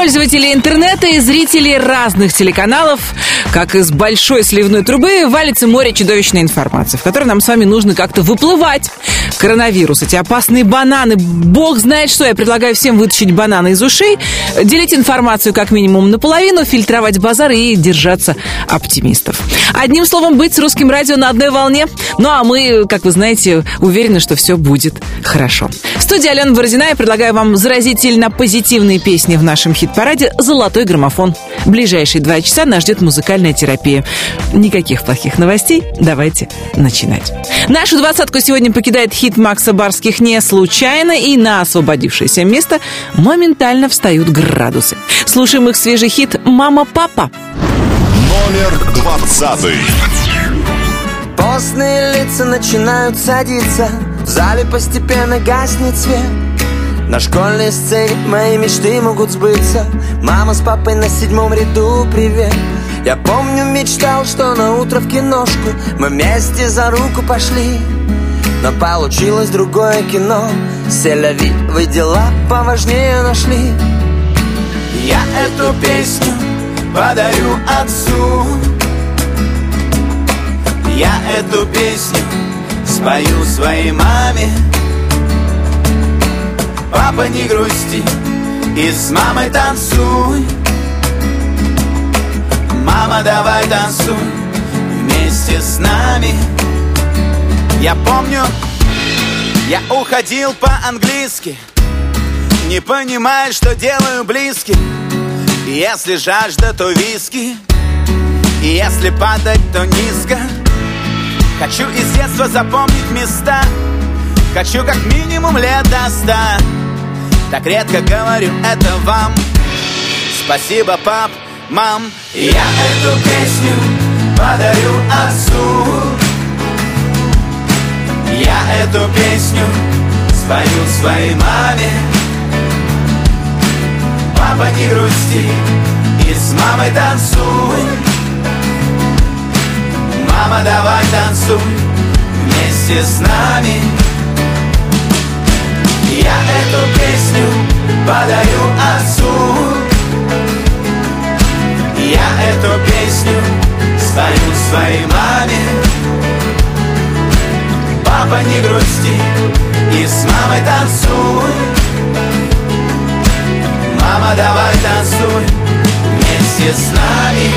Пользователи интернета и зрители разных телеканалов, как из большой сливной трубы, валится море чудовищной информации, в которой нам с вами нужно как-то выплывать. Коронавирус, эти опасные бананы, бог знает что. Я предлагаю всем вытащить бананы из ушей, делить информацию как минимум наполовину, фильтровать базар и держаться оптимистов. Одним словом, быть с русским радио на одной волне. Ну а мы, как вы знаете, уверены, что все будет хорошо. В студии Алена Бородина. Я предлагаю вам заразительно позитивные песни в нашем хит-параде «Золотой граммофон». Ближайшие 2 часа нас ждет музыкальная терапия. Никаких плохих новостей. Давайте начинать. Нашу двадцатку сегодня покидает хит Макса Барских «Не случайно», и на освободившееся место моментально встают градусы. Слушаем их свежий хит «Мама, папа». Номер 20. Постные лица начинают садиться, в зале постепенно гаснет свет. На школьной сцене мои мечты могут сбыться. Мама с папой на 7-м ряду, привет. Я помню, мечтал, что на утро в киношку мы вместе за руку пошли. Но получилось другое кино. Селяви, вы дела поважнее нашли. Я эту песню подарю отцу. Я эту песню спою своей маме. Папа, не грусти и с мамой танцуй. Мама, давай танцуй вместе с нами. Я помню, я уходил по-английски, не понимая, что делаю близким. Если жажда, то виски, и если падать, то низко. Хочу из детства запомнить места, хочу как минимум лет до 100. Так редко говорю это вам. Спасибо, пап, мам. Я эту песню подарю отцу. Я эту песню спою своей маме. Папа, не грусти и с мамой танцуй. Мама, давай танцуй вместе с нами. Я эту песню подарю отцу. Я эту песню спою своей маме. Папа, не грусти и с мамой танцуй. Мама, давай танцуй вместе с нами.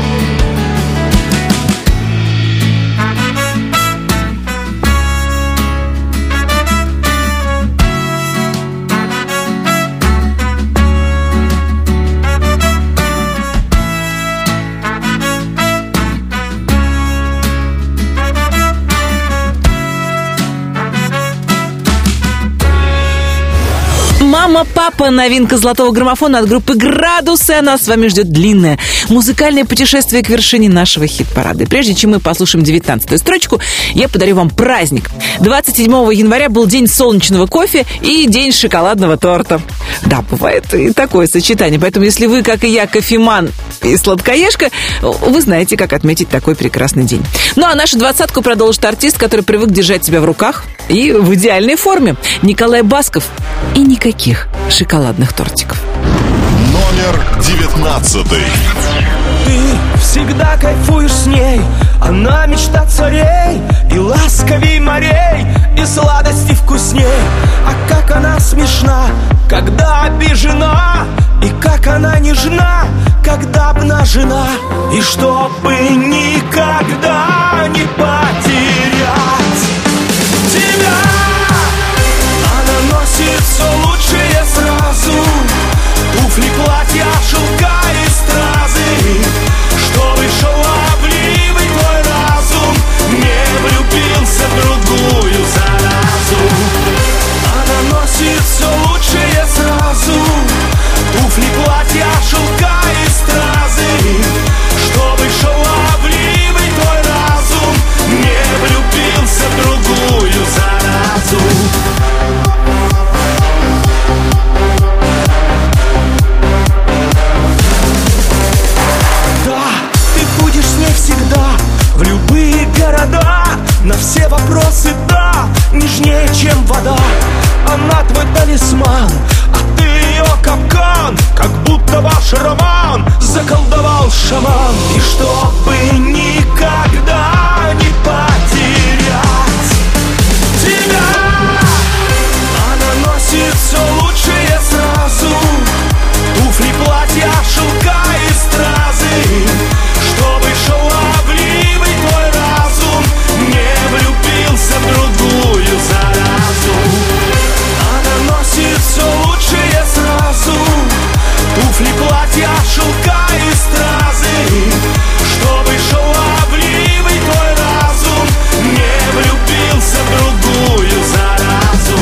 «Мама, папа» — новинка золотого граммофона от группы «Градусы». Нас с вами ждет длинное музыкальное путешествие к вершине нашего хит-парада. И прежде чем мы послушаем 19-ю строчку, я подарю вам праздник. 27 января был день солнечного кофе и день шоколадного торта. Да, бывает и такое сочетание. Поэтому, если вы, как и я, кофеман и сладкоежка, вы знаете, как отметить такой прекрасный день. Ну, а нашу двадцатку продолжит артист, который привык держать себя в руках и в идеальной форме. Николай Басков и никаких шоколадных тортиков. Номер 19. Ты всегда кайфуешь с ней, она мечта царей, и ласковей морей, и сладости вкусней. А как она смешна, когда обижена, и как она нежна, когда обнажена. И чтобы никогда не потерять тебя, она носит все лучшее сразу. Туфли, платья, шелка и стразы, чтобы шаловливый твой разум не влюбился в другую заразу. Она носит все лучшее сразу. Туфли, платья, шелка и стразы, чтобы шаловливый твой разум не влюбился в другую заразу. Всегда, в любые города, на все вопросы да, нежнее, чем вода. Она твой талисман, а ты нее капкан, как будто ваш роман заколдовал шаман. И чтобы никогда не потерять тебя, она носит все лучшее сразу: туфли, платья, шелка и стразы. Чтобы шаловливый твой разум не влюбился в другую заразу. Она носит все лучшее сразу: туфли, платья, шелка и стразы. Чтобы шаловливый твой разум не влюбился в другую заразу.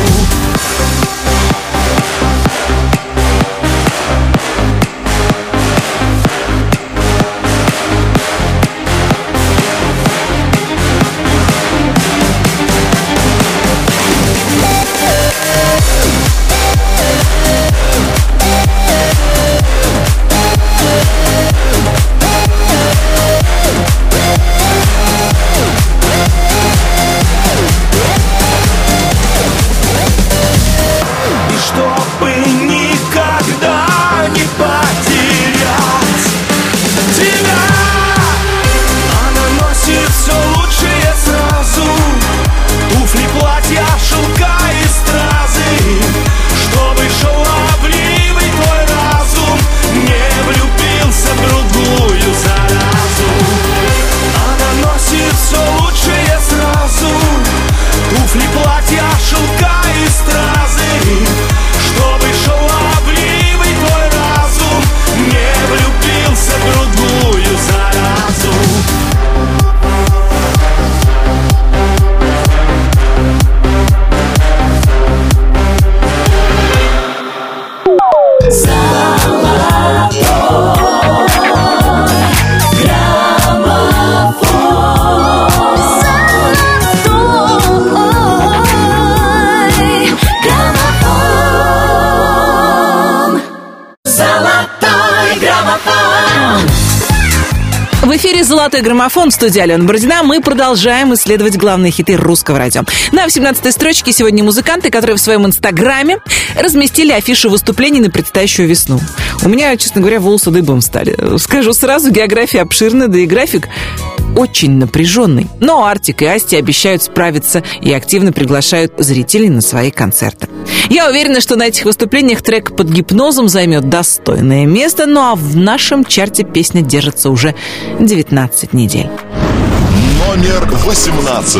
В эфире «Золотой граммофон», в студии Алена Бородина. Мы продолжаем исследовать главные хиты русского радио. На 17-й строчке сегодня музыканты, которые в своем инстаграме разместили афишу выступлений на предстоящую весну. У меня, честно говоря, волосы дыбом стали. Скажу сразу, география обширна, да и график очень напряженный. Но Артик и Асти обещают справиться и активно приглашают зрителей на свои концерты. Я уверена, что на этих выступлениях трек «Под гипнозом» займет достойное место, ну а в нашем чарте песня держится уже 19 недель. Номер 18.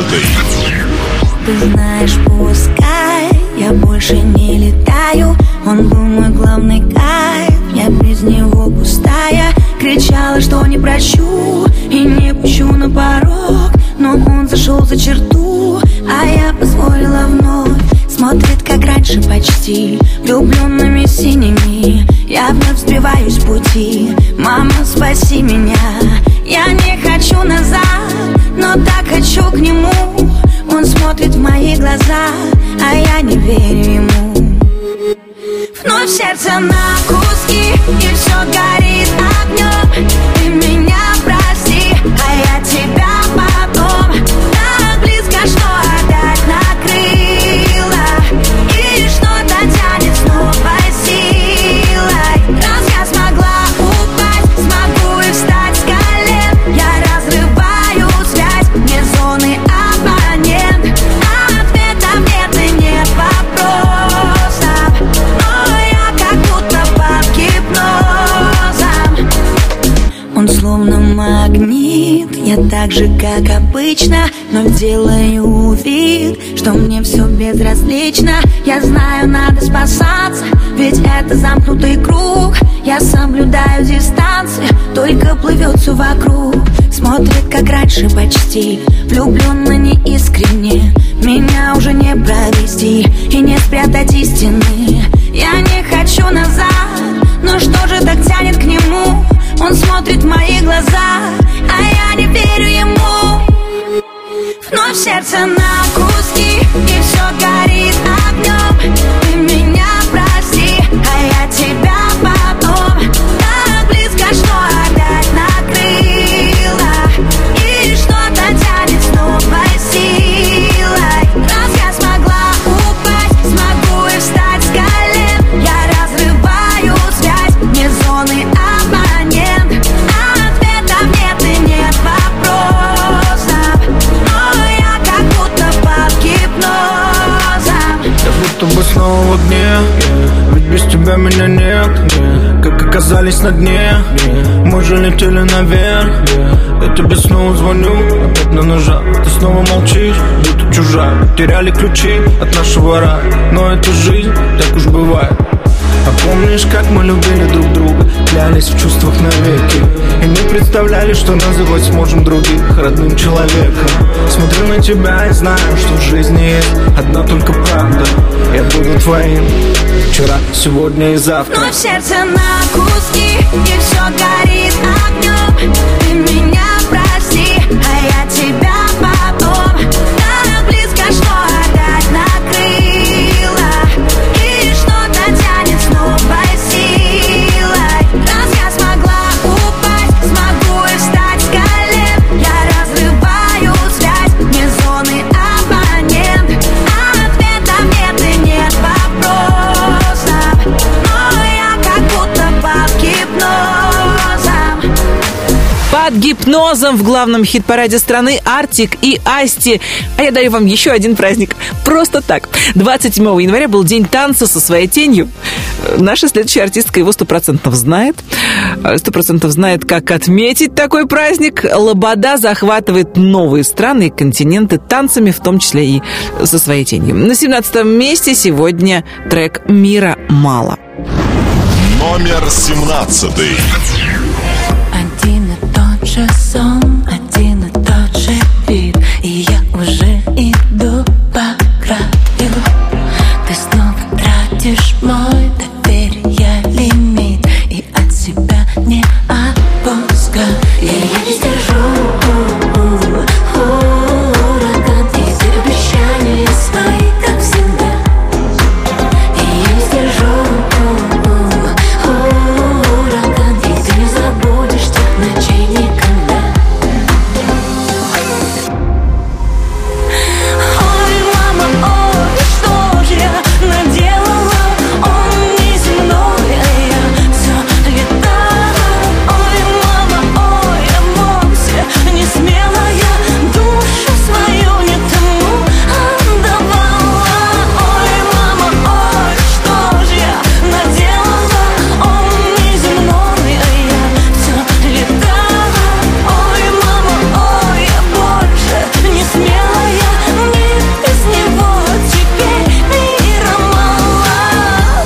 Ты знаешь, пускай я больше не летаю, он был мой главный кайф, я без него пустая. Кричала, что не прощу и не пущу на порог, но он зашел за черту, а я позволила вновь. Смотрит, как раньше почти, влюбленными синими. Я вновь сбиваюсь с пути. Мама, спаси меня. Я не хочу назад, но так хочу к нему. Он смотрит в мои глаза, а я не верю ему. Вновь сердце на куски, и все горит огнем. Ты меня прости, а я тебя потом. Так близко, что опять накрыло, и что-то тянет снова силой. Раз я смогла упасть, смогу и встать с колен. Я разрываю связь, мне зоны абонент. Ответов нет и нет вопросов, но я как будто под гипнозом. Он словно магнит, я так же, как обычно, но делаю вид, что мне все безразлично. Я знаю, надо спасаться, ведь это замкнутый круг. Я соблюдаю дистанцию, только плывет все вокруг. Смотрит, как раньше почти, влюбленно неискренне. Меня уже не провести и не спрятать истины. Я не хочу назад, но что же так тянет к нему? Он смотрит в мои глаза, а я не верю ему. Вновь сердце на куски, и все горит огнем. Ты меня прости, а я тебя потом. Так близко, что опять накрыло, и что-то тянет снова силой. Раз я смогла упасть, смогу и встать с колен. Я разрываю тебя меня нет, как оказались на дне. Мы же летели наверх. Я тебе снова звоню, опять на ножах. Ты снова молчишь, будто чужак. Теряли ключи от нашего рая, но это жизнь, так уж бывает. А помнишь, как мы любили друг друга, клялись в чувствах навеки, и не представляли, что называть сможем других родным человеком. Смотрю на тебя и знаю, что в жизни есть одна только правда. Я буду твоим вчера, сегодня и завтра. Но сердце на куски, и все горит огнем. Ты меня прости, а я тебя потом. Так близко, что опять накрыло, и что-то тянет с новой силой. Раз я смогла упасть, смогу и встать с колен. Я разрываю связь, не зоны абонент. Ответов нет и нет вопросов, но я как будто под гипнозом. Под гипнозом в главном хит-параде страны Артик и Асти. А я дарю вам еще один праздник. Просто так. 27 января был день танца со своей тенью. Наша следующая артистка его 100% знает. 100% знает, как отметить такой праздник. Лобода захватывает новые страны и континенты танцами, в том числе и со своей тенью. На 17 месте сегодня трек «Мира мало». Номер 17. Один и тот же сон, один и тот же вид, и я уже иду по краю. Ты снова тратишь мой доверие лимит, и от себя не отпускаю. Я не сдержу ураган, и ты обещания свои, как всегда. И я не сдержу ураган, и ты не забудешь тех ночей никогда. Ой, мама, ой, что ж я наделала? Он неземной, а я все летала. Ой, мама, ой, эмоция не смелая, душу свою не тому отдавала. Ой, мама, ой, что ж я наделала? Он неземной, а я все летала. Ой, мама, ой, я больше не смелая, мне без него теперь мира мало.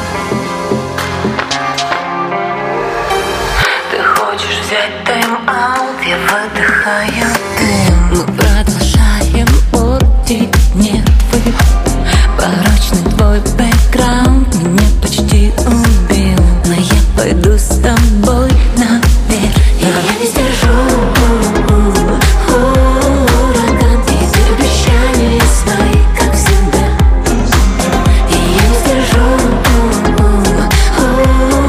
Ты хочешь взять тайм-аут, я выдыхаю дым. Мы продолжаем будить нервы. Порочный твой бэкграунд меня почти убил, но я пойду с тобой наверх. И я не сдержу ураган, и ты обещания свои, как всегда. И я не сдержу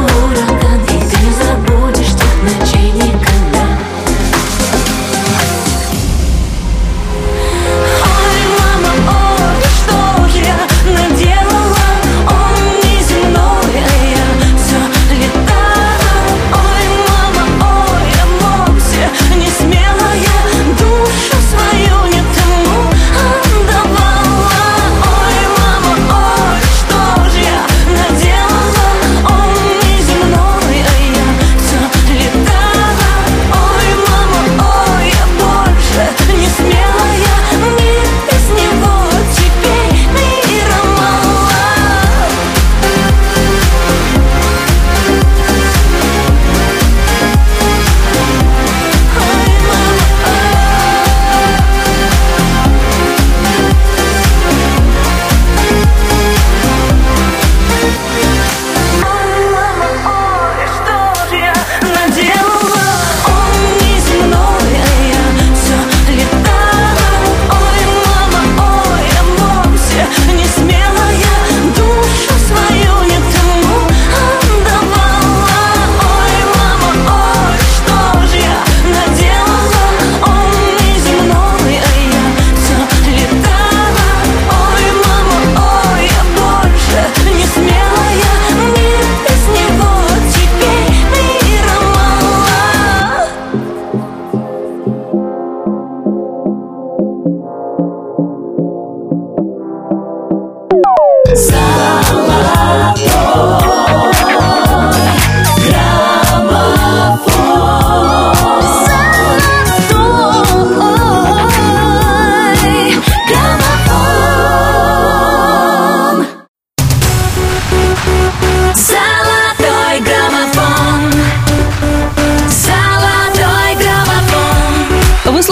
ураган, и ты не забудешь тех ночей никогда.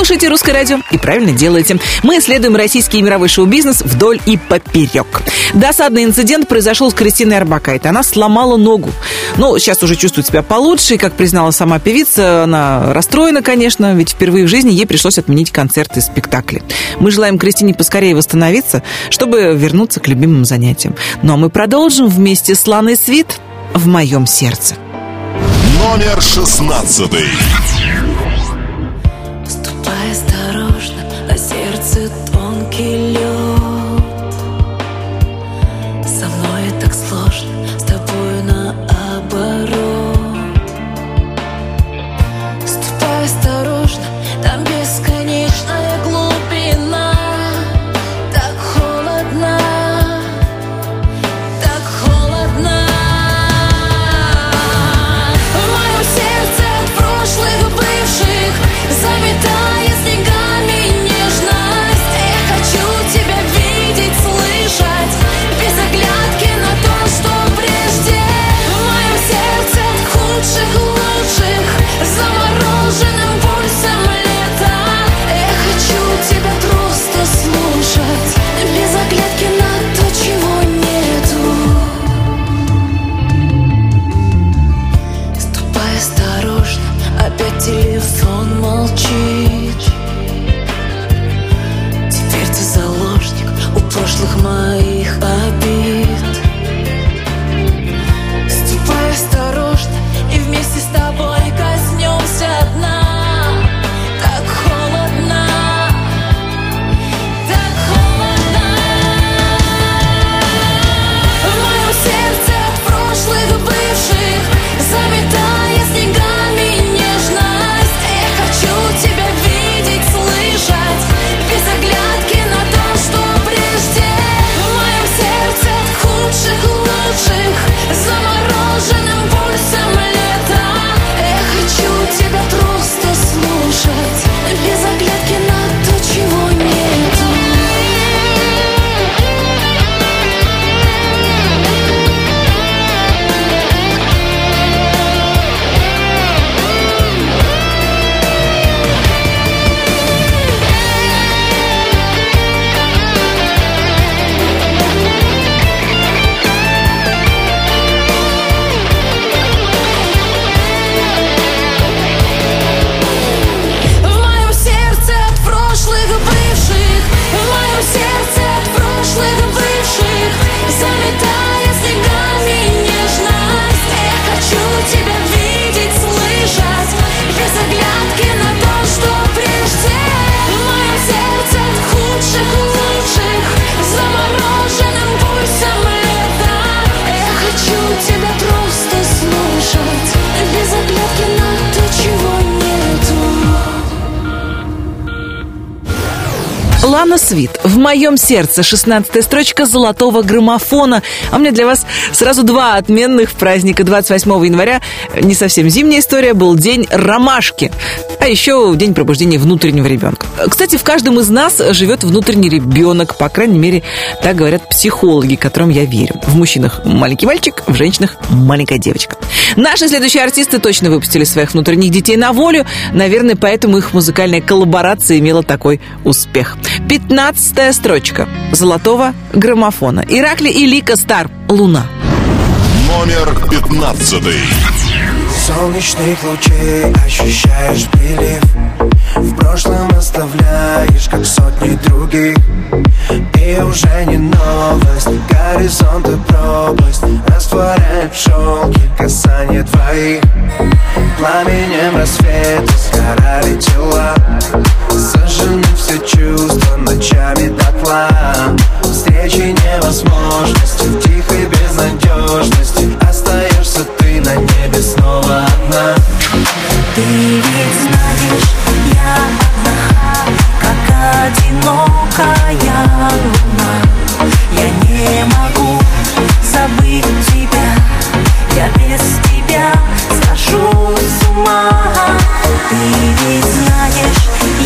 Слушайте «Русское радио» и правильно делаете. Мы исследуем российский и мировой шоу-бизнес вдоль и поперек. Досадный инцидент произошел с Кристиной Орбакайте. Она сломала ногу. Ну, сейчас уже чувствует себя получше, и, как признала сама певица, она расстроена, конечно, ведь впервые в жизни ей пришлось отменить концерты и спектакли. Мы желаем Кристине поскорее восстановиться, чтобы вернуться к любимым занятиям. Ну, а мы продолжим вместе с Ланой Свит «В моем сердце». Номер 16. Ступай осторожно, на сердце тонкий лед. Со мной так сложно, с тобой наоборот. Ступай осторожно, там бесконечная глубина. Так холодно, так холодно. В моем сердце от прошлых бывших, заметая снегами нежность. Я хочу тебя видеть, слышать, без оглядки на то, что прежде. В моем сердце от худших лучших, замороженным пульсом лета. Я хочу тебя просто слушать, без оглядки на то, чего нету. Ступай осторожно, опять телефон молчит. Теперь ты заложник у прошлых моих обид. Ступай осторожно, и вместе с тобой коснемся дна. Так холодно, так холодно. В моем сердце от прошлых бывших, заметая снегами нежность. Я хочу тебя видеть, слышать, без оглядки на то, что прежде. В моем сердце от худших лучших, замороженным пульсом лета. Я хочу тебя просто слушать, без оглядки на то, чего нету. В моем сердце от прошлых бывших, в моем сердце от прошлых бывших, заметая снегами нежность. Я хочу тебя видеть, слышать, без оглядки на то, что прежде. В моем сердце от худших лучших, замороженным пульсом лета. Я хочу тебя просто слушать, без оглядки на то, чего нету. Лана Свит «В моем сердце», 16-я строчка золотого граммофона. А у меня для вас сразу два отменных праздника. 28 января, не совсем зимняя история, был день ромашки. А еще день пробуждения внутреннего ребенка. Кстати, в каждом из нас живет внутренний ребенок. По крайней мере, так говорят психологи, которым я верю. В мужчинах маленький мальчик, в женщинах маленькая девочка. Наши следующие артисты точно выпустили своих внутренних детей на волю. Наверное, поэтому их музыкальная коллаборация имела такой успех. 15-я строчка золотого граммофона. Иракли и Лика Стар «Луна». Номер 15. Солнечных лучей ощущаешь прилив, в прошлом оставляешь, как сотни других. И уже не новость, горизонт и пропасть растворяет в шелке касание твоих. Пламенем рассвета сгорали тела, сожжены все чувства ночами дотла. Встречи невозможности, в тихой безнадежности остаешься ты на небе снова одна. Ты ведь знаешь, я одна, как одинокая луна. Я не могу забыть тебя, я без тебя схожу с ума. Ты ведь знаешь,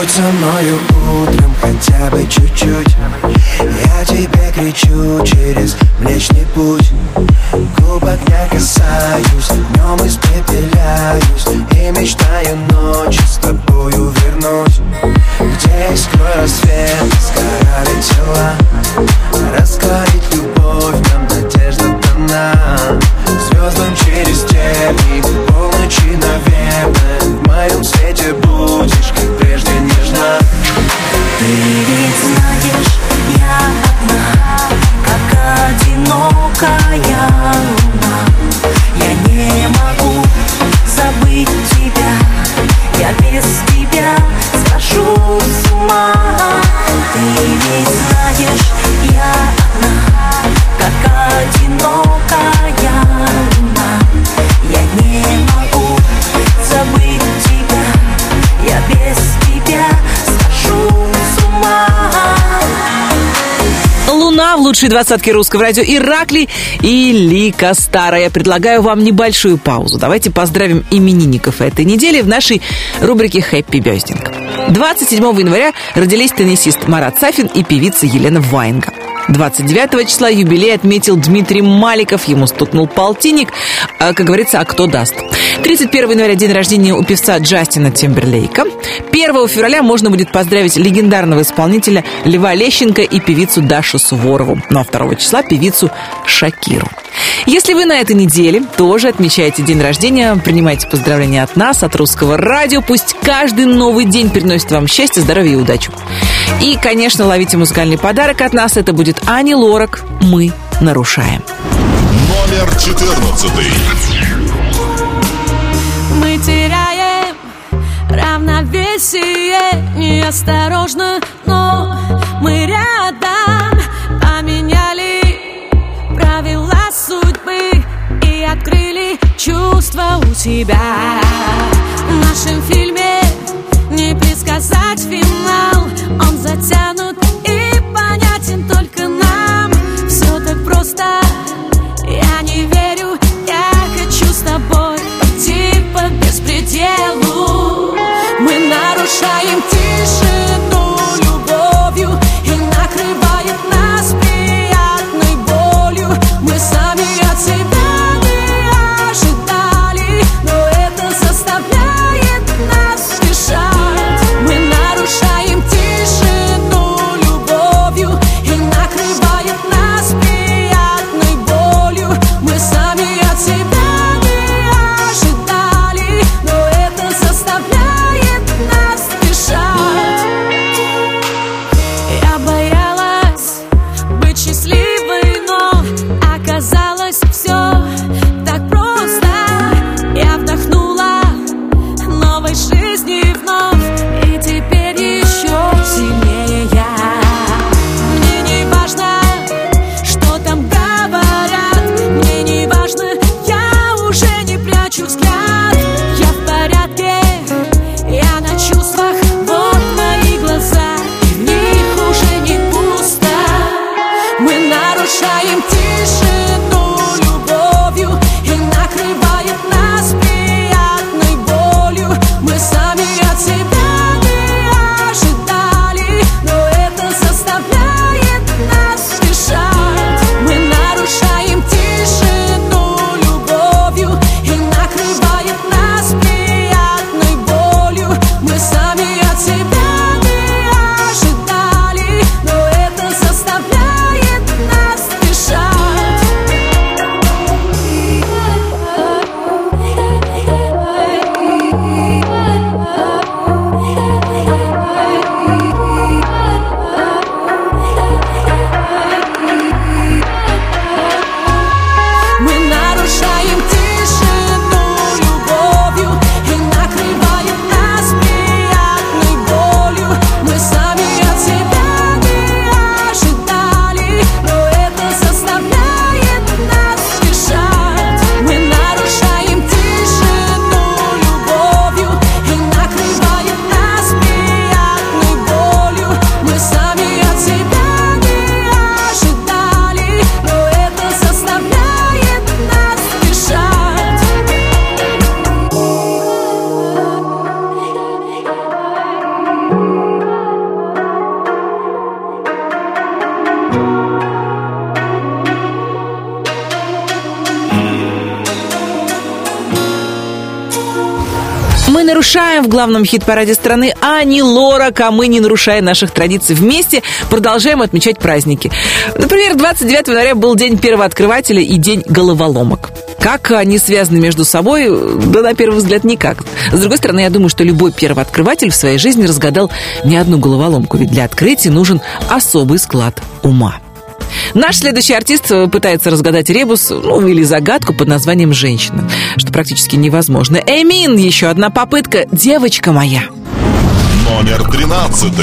Побудь со мною утром хотя бы чуть-чуть. Я тебе кричу через Млечный Путь. Губ огня касаюсь, днем испепеляюсь и мечтаю ночью с тобою вернуть. Где сквозь рассвет сгорали тела, раскалить любовь нам надежда дана. Звездам через степи, полночи, наверное, в моем свете будешь, как прежде, нежна. Ты ведь знаешь, я одна, как одинокая луна. Я не могу забыть тебя, я без тебя схожу с ума. Ты ведь знаешь, я одна, как одинокая луна. Я не могу забыть тебя, я без тебя схожу с ума. Луна в лучшей двадцатке русского радио. Иракли и Лика Старая. Предлагаю вам небольшую паузу. Давайте поздравим именинников этой недели в нашей рубрике «Хэппи Бёздинг». 27 января родились теннисист Марат Сафин и певица Елена Ваенга. 29 числа юбилей отметил Дмитрий Маликов. Ему стукнул полтинник. Как говорится, а кто даст? 31 января день рождения у певца Джастина Тимберлейка. 1 февраля можно будет поздравить легендарного исполнителя Льва Лещенко и певицу Дашу Суворову. Ну а 2 числа певицу Шакиру. Если вы на этой неделе тоже отмечаете день рождения, принимайте поздравления от нас, от Русского радио. Пусть каждый новый день приносит вам счастье, здоровье и удачу. И, конечно, ловите музыкальный подарок от нас. Это будет Ани Лорак «Мы нарушаем». Номер 14. Мы теряем равновесие неосторожно, но мы рядом. Поменяли правила судьбы и открыли чувства у себя. В нашем фильме не предсказать финал, он затянут и понятен только нам. Все так просто, я не верю, я хочу с тобой пойти по беспределу. Мы нарушаем тишину любовью, и накрывает нас приятной болью. Мы сами от себя не ожидали, но это заставляет нас спешать. Мы нарушаем тишину любовью, и накрывает нас приятной болью. Мы сами от себя не ожидали, но это заставляет нас спешать. нарушаем в главном хит-параде страны Ани Лорак, а мы, не нарушая наших традиций, вместе продолжаем отмечать праздники. Например, 29 января был день первооткрывателя и день головоломок. Как они связаны между собой? Да, на первый взгляд, никак. С другой стороны, я думаю, что любой первооткрыватель в своей жизни разгадал не одну головоломку, ведь для открытия нужен особый склад ума. Наш следующий артист пытается разгадать ребус, или загадку под названием «Женщина», что практически невозможно. Эмин, еще одна попытка «Девочка моя». Номер 13.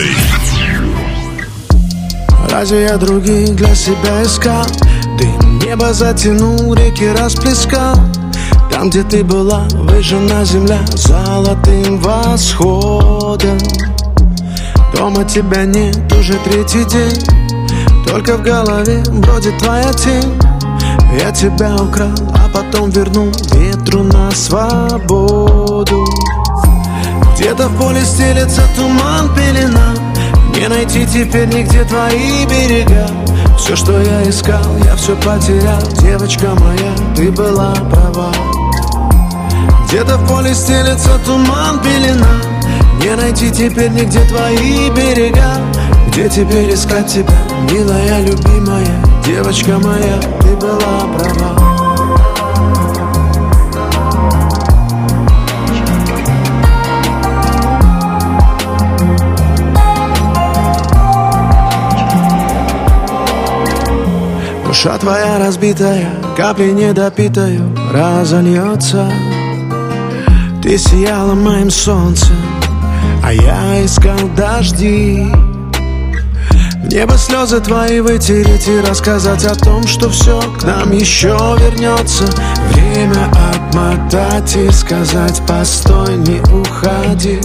Разве я других для себя искал? Ты небо затянул, реки расплескал. Там, где ты была, выжжена земля золотым восходом. Дома тебя нет уже третий день, только в голове бродит твоя тень. Я тебя украл, а потом вернул ветру на свободу. Где-то в поле стелется туман, пелена. Не найти теперь нигде твои берега. Все, что я искал, я все потерял. Девочка моя, ты была права. Где-то в поле стелется туман, пелена. Не найти теперь нигде твои берега. Где теперь искать тебя, милая, любимая? Девочка моя, ты была права. Душа твоя разбитая, капли недопитою разольется. Ты сияла моим солнцем, а я искал дожди. В небо слезы твои вытереть и рассказать о том, что все к нам еще вернется. Время отмотать и сказать: постой, не уходи.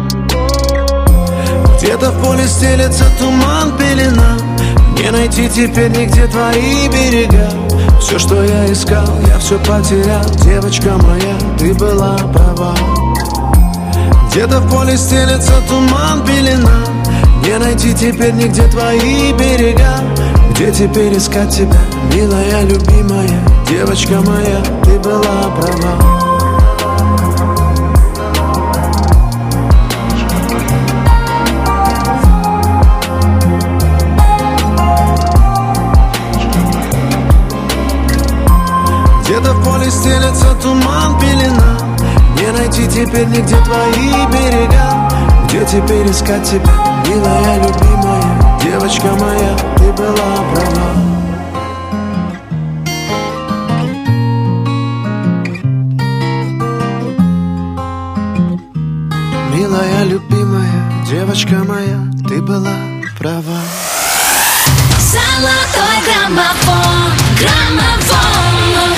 Где-то в поле стелется туман, пелена. Не найти теперь нигде твои берега. Все, что я искал, я все потерял. Девочка моя, ты была права. Где-то в поле стелется туман, пелена. Не найти теперь нигде твои берега. Где теперь искать тебя, милая, любимая? Девочка моя, ты была права. Где-то в поле стелется туман, пелена. Не найти теперь нигде твои берега. Где теперь искать тебя, милая, любимая? Девочка моя, ты была права. Милая, любимая, девочка моя, ты была права. Золотой граммофон, граммофон.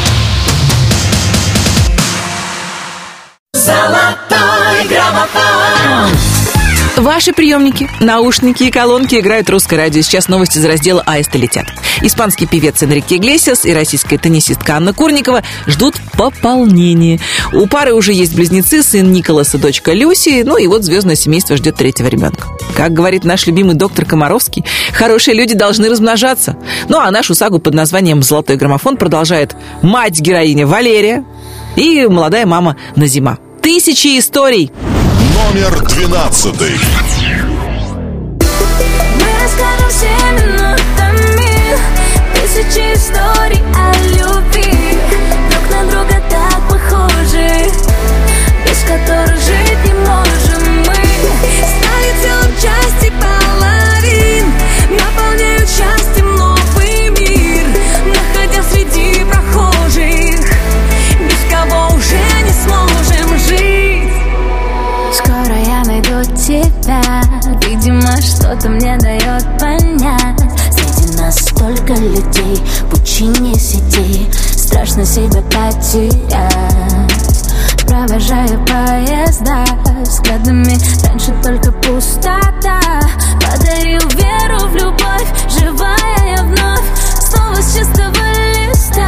Золотой граммофон. Ваши приемники, наушники и колонки играют русское радио. Сейчас новости из раздела «Аисты летят». Испанский певец Энрике Иглесиас и российская теннисистка Анна Курникова ждут пополнения. У пары уже есть близнецы, сын Николас и дочка Люси. И вот звездное семейство ждет третьего ребенка. Как говорит наш любимый доктор Комаровский, хорошие люди должны размножаться. А нашу сагу под названием «Золотой граммофон» продолжает мать-героиня Валерия и молодая мама Назима. Тысячи историй. Номер 12. Мы расскажем всеми минутами тысячи историй о любви. Друг на друга так похожи, без которых жить не можем мы. Стали целым части половин, наполняют счастьем новый мир, находя среди прохожих, без кого уже не сможем жить. Скоро я найду тебя. Видимо, что-то мне дает понять. Среди нас столько людей, в пучине сети страшно себя потерять. Провожаю поезда взглядами, раньше только пустота. Подарил веру в любовь, живая я вновь, снова с чистого листа.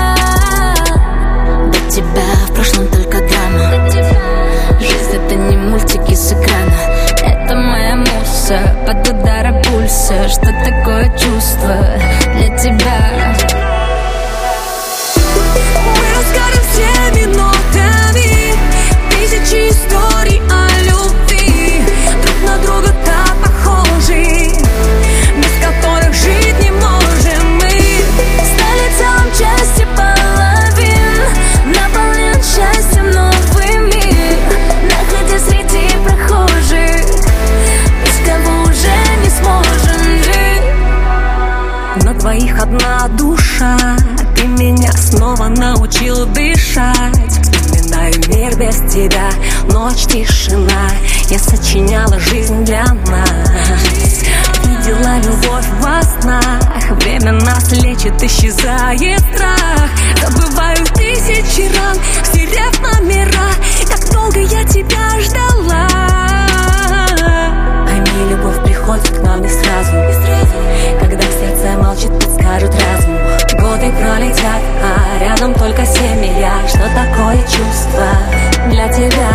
До тебя в прошлом только драма. Жизнь — это не мультики с экрана, это моя муза под ударом пульса. Что такое чувство для тебя? Мы расскажем всеми минутами тысячи историй о любви, друг на друга так похожи, без которых жить не можем мы. Стали целым части половин, наполнен счастьем новый мир, находя среди прохожих, без кого уже не сможем жить. На двоих одна душа, ты меня снова научил дышать. Вспоминаю мир без тебя, ночь, тишина. Я сочиняла жизнь для нас, видела любовь во снах. Время нас лечит, исчезает страх. Забываю тысячи ран, стерев номера. Как долго я тебя ждала. Пойми, любовь приходит к нам не сразу. Когда в сердце молчит, подскажет разум. Годы пролетят, а рядом только семья. Что такое чувство для тебя?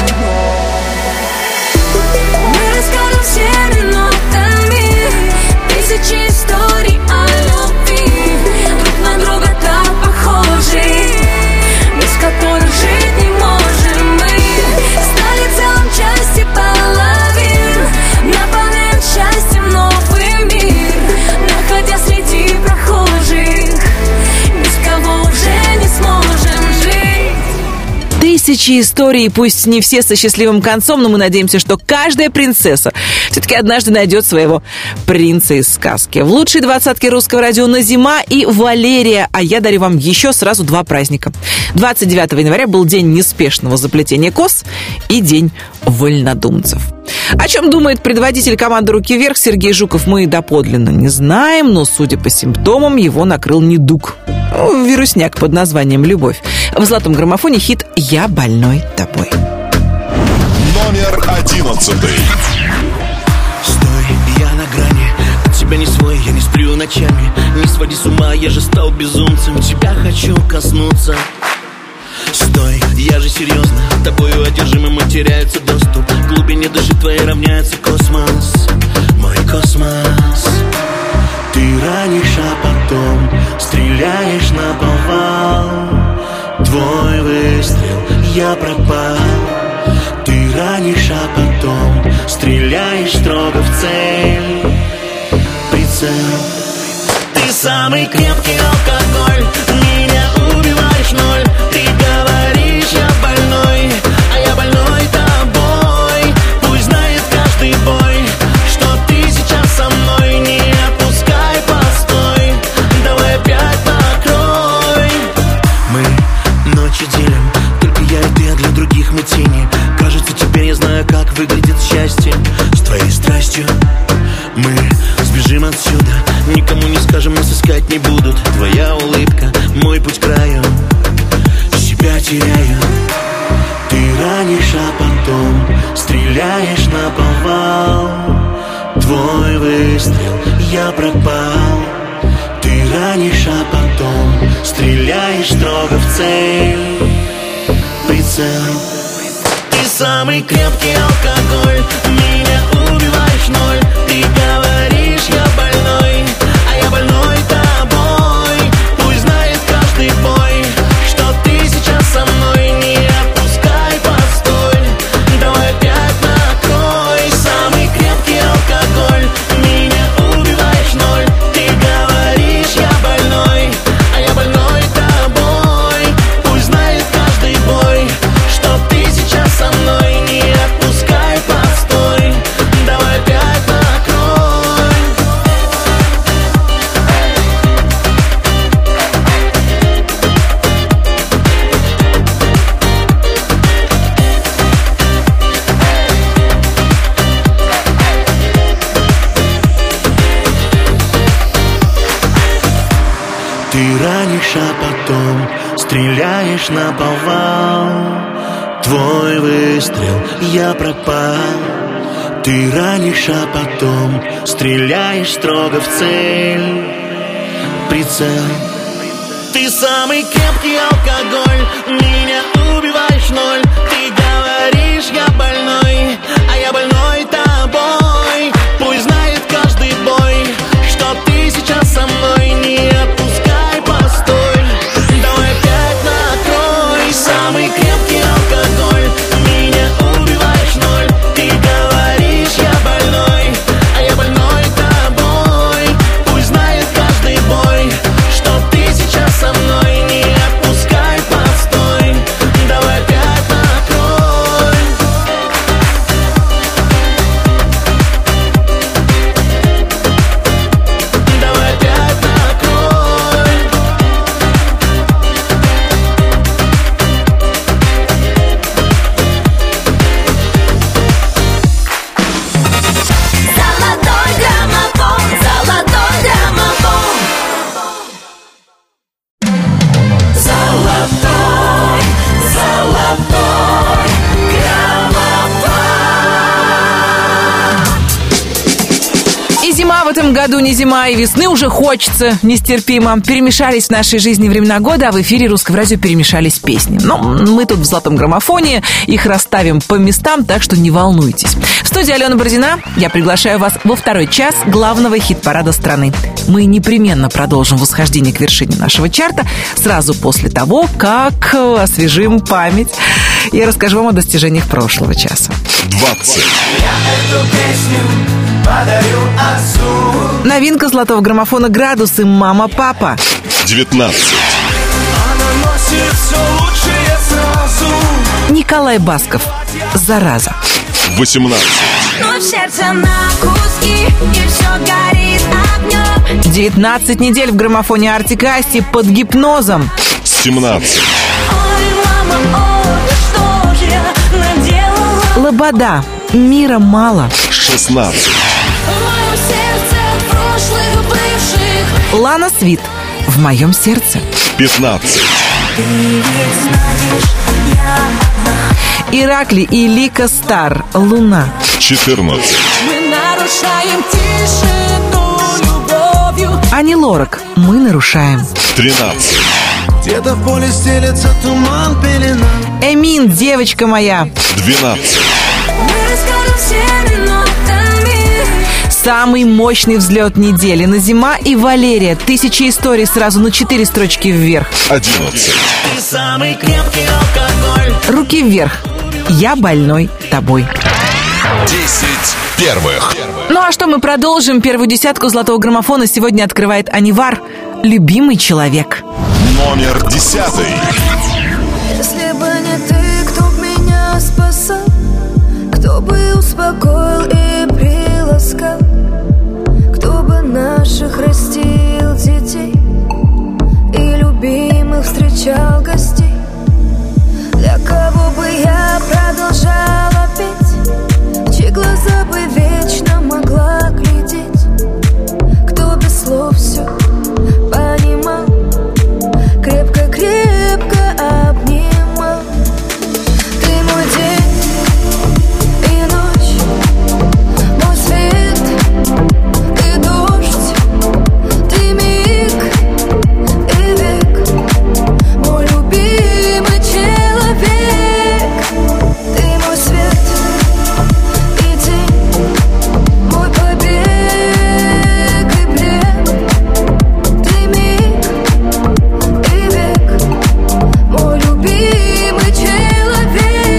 Мы расскажем все минутами тысячи историй о любви, друг на друга так похожи, без которых жить не можем мы. Стали целым части половин, наполняем счастьем новый мир, находя среди прохожих, без кого уже не сможем жить. Тысячи историй, пусть не все со счастливым концом, но мы надеемся, что каждая принцесса все-таки однажды найдет своего принца из сказки. В лучшей двадцатке русского радио Назима и Валерия. А я дарю вам еще сразу два праздника. 29 января был день неспешного заплетения кос и день вольнодумцев. О чем думает предводитель команды «Руки вверх» Сергей Жуков, мы доподлинно не знаем, но, судя по симптомам, его накрыл недуг. Вирусняк под названием «Любовь». В золотом граммофоне хит «Я больной тобой». Номер 11. Стой, я на грани, от тебя не свой, я не сплю ночами. Не своди с ума, я же стал безумцем, тебя хочу коснуться. Стой, я же серьезно, тобою одержимым теряется доступ. В глубине души твоей равняется космос, мой космос. Ты ранишь, а потом стреляешь наповал. Твой выстрел, я пропал. Ты ранишь, а потом стреляешь строго в цель. Прицел. Ты самый крепкий алкоголь, меня убиваешь ноль. Ты говоришь, я больной, а я больной тобой. Пусть знает каждый бой, что ты сейчас со мной. Не отпускай, постой, давай опять накрой. Мы ночи делим, только я и ты, а для других мы тени. Кажется, теперь я знаю, как выглядит счастье. С твоей страстью мы сбежим отсюда, никому не скажем, нас искать не будут. Твоя улыбка, мой путь к краю, себя теряю. Ты ранишь, а потом стреляешь наповал. Твой выстрел, я пропал. Ты ранишь, а потом стреляешь строго в цель. Прицел. Ты самый крепкий алкоголь, меня убиваешь ноль. Ты говоришь, я больной, а я больной тобой. Пусть знает каждый бой, что ты сейчас со мной. Не отпускай, постой, давай опять накрой. Самый крепкий алкоголь, меня убиваешь ноль. Ты говоришь, я больной, а я больной тобой. Пусть знает каждый бой, что ты сейчас со мной. Не отпускай, постой, давай опять накрой. Ты ранишь, а потом стреляешь наповал. Твой выстрел, я пропал. Ты ранишь, а потом стреляешь строго в цель. Прицел. Ты самый крепкий алкоголь, меня убиваешь ноль. Ты говоришь, я больной, а я больной тобой. Пусть знает каждый бой, что ты сейчас со мной. Не отпускай, постой, давай опять накрой. Самый крепкий алкоголь, в этом году не зима, и весны уже хочется нестерпимо. Перемешались в нашей жизни времена года, а в эфире Русского радио перемешались песни. Но мы тут в золотом граммофоне их расставим по местам, так что не волнуйтесь. В студии Алена Бородина. Я приглашаю вас во второй час главного хит-парада страны. Мы непременно продолжим восхождение к вершине нашего чарта сразу после того, как освежим память и расскажу вам о достижениях прошлого часа. 20. Новинка золотого граммофона «Градусы» «Мама, папа». 19. Николай Басков «Зараза». 18. Но в сердце на куски, и все горит огнем. 19 недель в граммофоне Артик и Асти «Под гипнозом». 17. Ой, мама, ой, что же я наделала? Лобода «Мира мало». 16. В моем сердце прошлых бывших. Лана Свит «В моем сердце». 15. Иракли и Лика Стар «Луна». 14. Мы нарушаем тишину любовью. Ани Лорак «Мы нарушаем». 13. Где-то в поле стелется туман, пелена. Эмин «Девочка моя». 12. Мы расскажем все минутами. Самый мощный взлет недели. Назима и Валерия. 1000 историй сразу на 4 строчки вверх. 11. Самый крепкий алкоголь. Руки вверх. Я больной тобой. 10 первых. Ну а что, мы продолжим. Первую десятку золотого граммофона сегодня открывает Анивар «Любимый человек». Номер 10. Если бы не ты, кто б меня спасал, кто бы успокоил и приласкал, кто бы наших растил детей и любимых встречал гостей, для кого бы я продолжала петь, в чьи глаза бы вечно могла глядеть, кто без слов все понимал, крепко-крепко обнимал. Ты мой день и ночь, мой свет и дождь, ты миг и век, мой любимый человек. Ты мой свет и день, мой побег и плен, ты миг и век, мой любимый человек.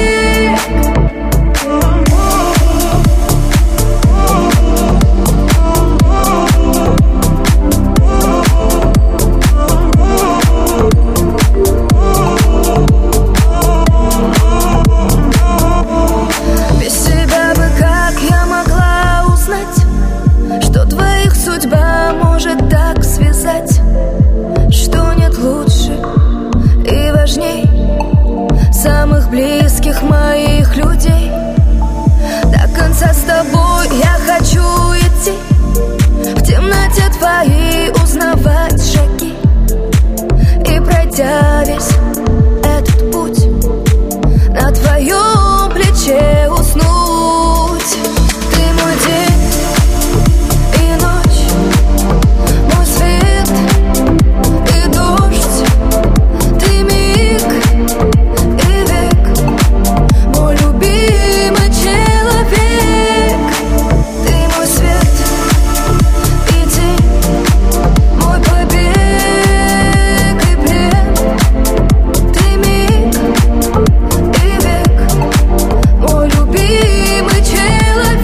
Без тебя бы как я могла узнать, что твоих судьба может так связать, что нет лучше и важней самых близких моих людей. До конца с тобой я хочу идти, в темноте твоей узнавать шаги, и пройдя весь этот путь, на твоем плече уснуть. Ты мой день и ночь, мой свет и дождь, ты миг и век, мой любимый человек. Ты мой свет и день, мой побег и плен, ты миг и век, мой любимый человек.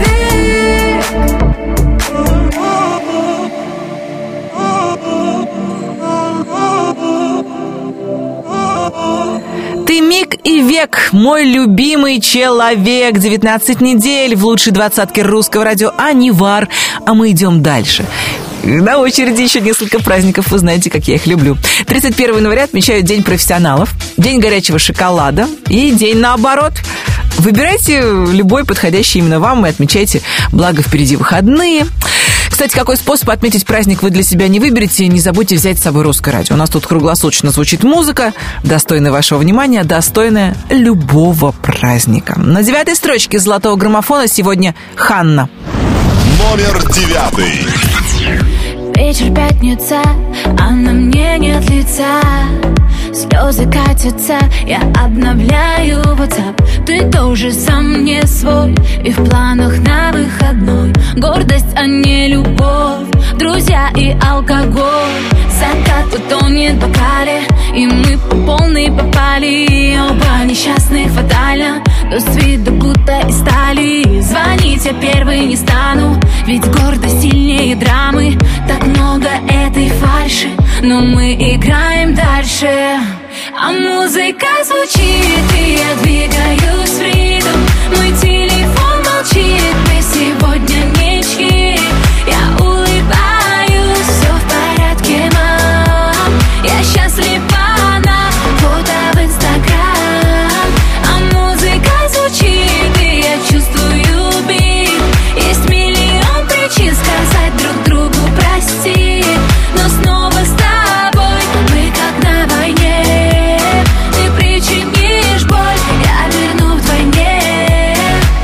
Ты миг и век, мой любимый человек. 19 недель в лучшей двадцатке русского радио Анивар. А мы идем дальше. На очереди еще несколько праздников, вы знаете, как я их люблю. 31 января отмечают День профессионалов, День горячего шоколада и День наоборот. Выбирайте любой подходящий именно вам и отмечайте, благо впереди выходные. Кстати, какой способ отметить праздник вы для себя не выберете, не забудьте взять с собой Русское радио. У нас тут круглосуточно звучит музыка, достойная вашего внимания, достойная любого праздника. На 9-й строчке золотого граммофона сегодня Ханна. Номер 9. Вечер пятница, а на мне нет лица. Слезы катятся, я обновляю WhatsApp. Ты тоже сам не свой, и в планах на выходной гордость, а не любовь, друзья и алкоголь. Закат утонет в бокале, и мы по полной попали. Оба несчастных фатально, но с виду будто из стали. Звонить я первый не стану, ведь гордость сильнее драмы. Так много этой фальши, но мы играем дальше. А музыка звучит, и я двигаюсь в ритм. Мой телефон молчит, мы сегодня ничьи. Я улыбаюсь, все в порядке, мам. Я счастлива на фото в Инстаграм. А музыка звучит, и я чувствую бит. Есть миллион причин сказать друг другу прости, но снова с тобой мы как на войне. Ты причинишь боль, я верну вдвойне.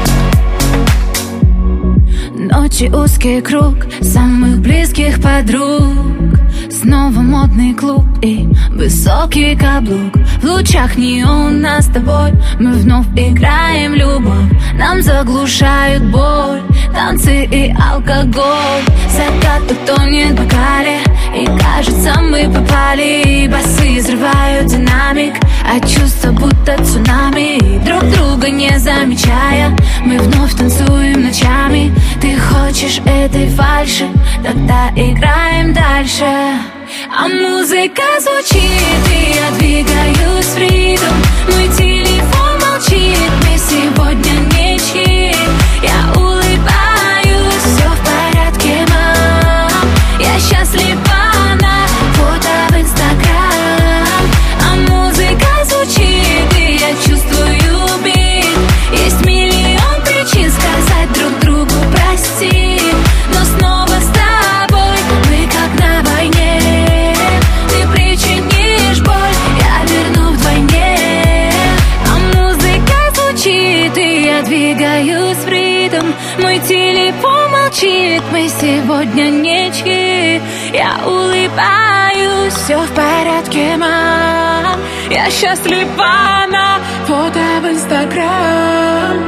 Ночи узкий круг самых близких подруг. Снова модный клуб и высокий каблук. В лучах неона с тобой мы вновь играем любовь. Нам заглушают боль танцы и алкоголь. Закат утонет в бокале, и кажется мы попали. Басы взрывают динамик, а чувства будто цунами. Друг друга не замечая, мы вновь танцуем ночами. Ты хочешь этой фальши, тогда играем дальше. А музыка звучит, и я двигаюсь в ритм. Мой телефон молчит, мы сегодня ничьи. Я улыбаюсь, все в порядке, мам. Я счастлива на фото в Инстаграм. А музыка звучит, и я чувствую бит. Есть миллион причин сказать друг другу прости, но снова с тобой мы как на войне. Ты причинишь боль, я верну вдвойне. А музыка звучит, и я двигаюсь в ритм. Мой телефон молчит, мы сегодня ничьи. Я улыбаюсь, все в порядке, мам. Я счастлива на фото в Инстаграм.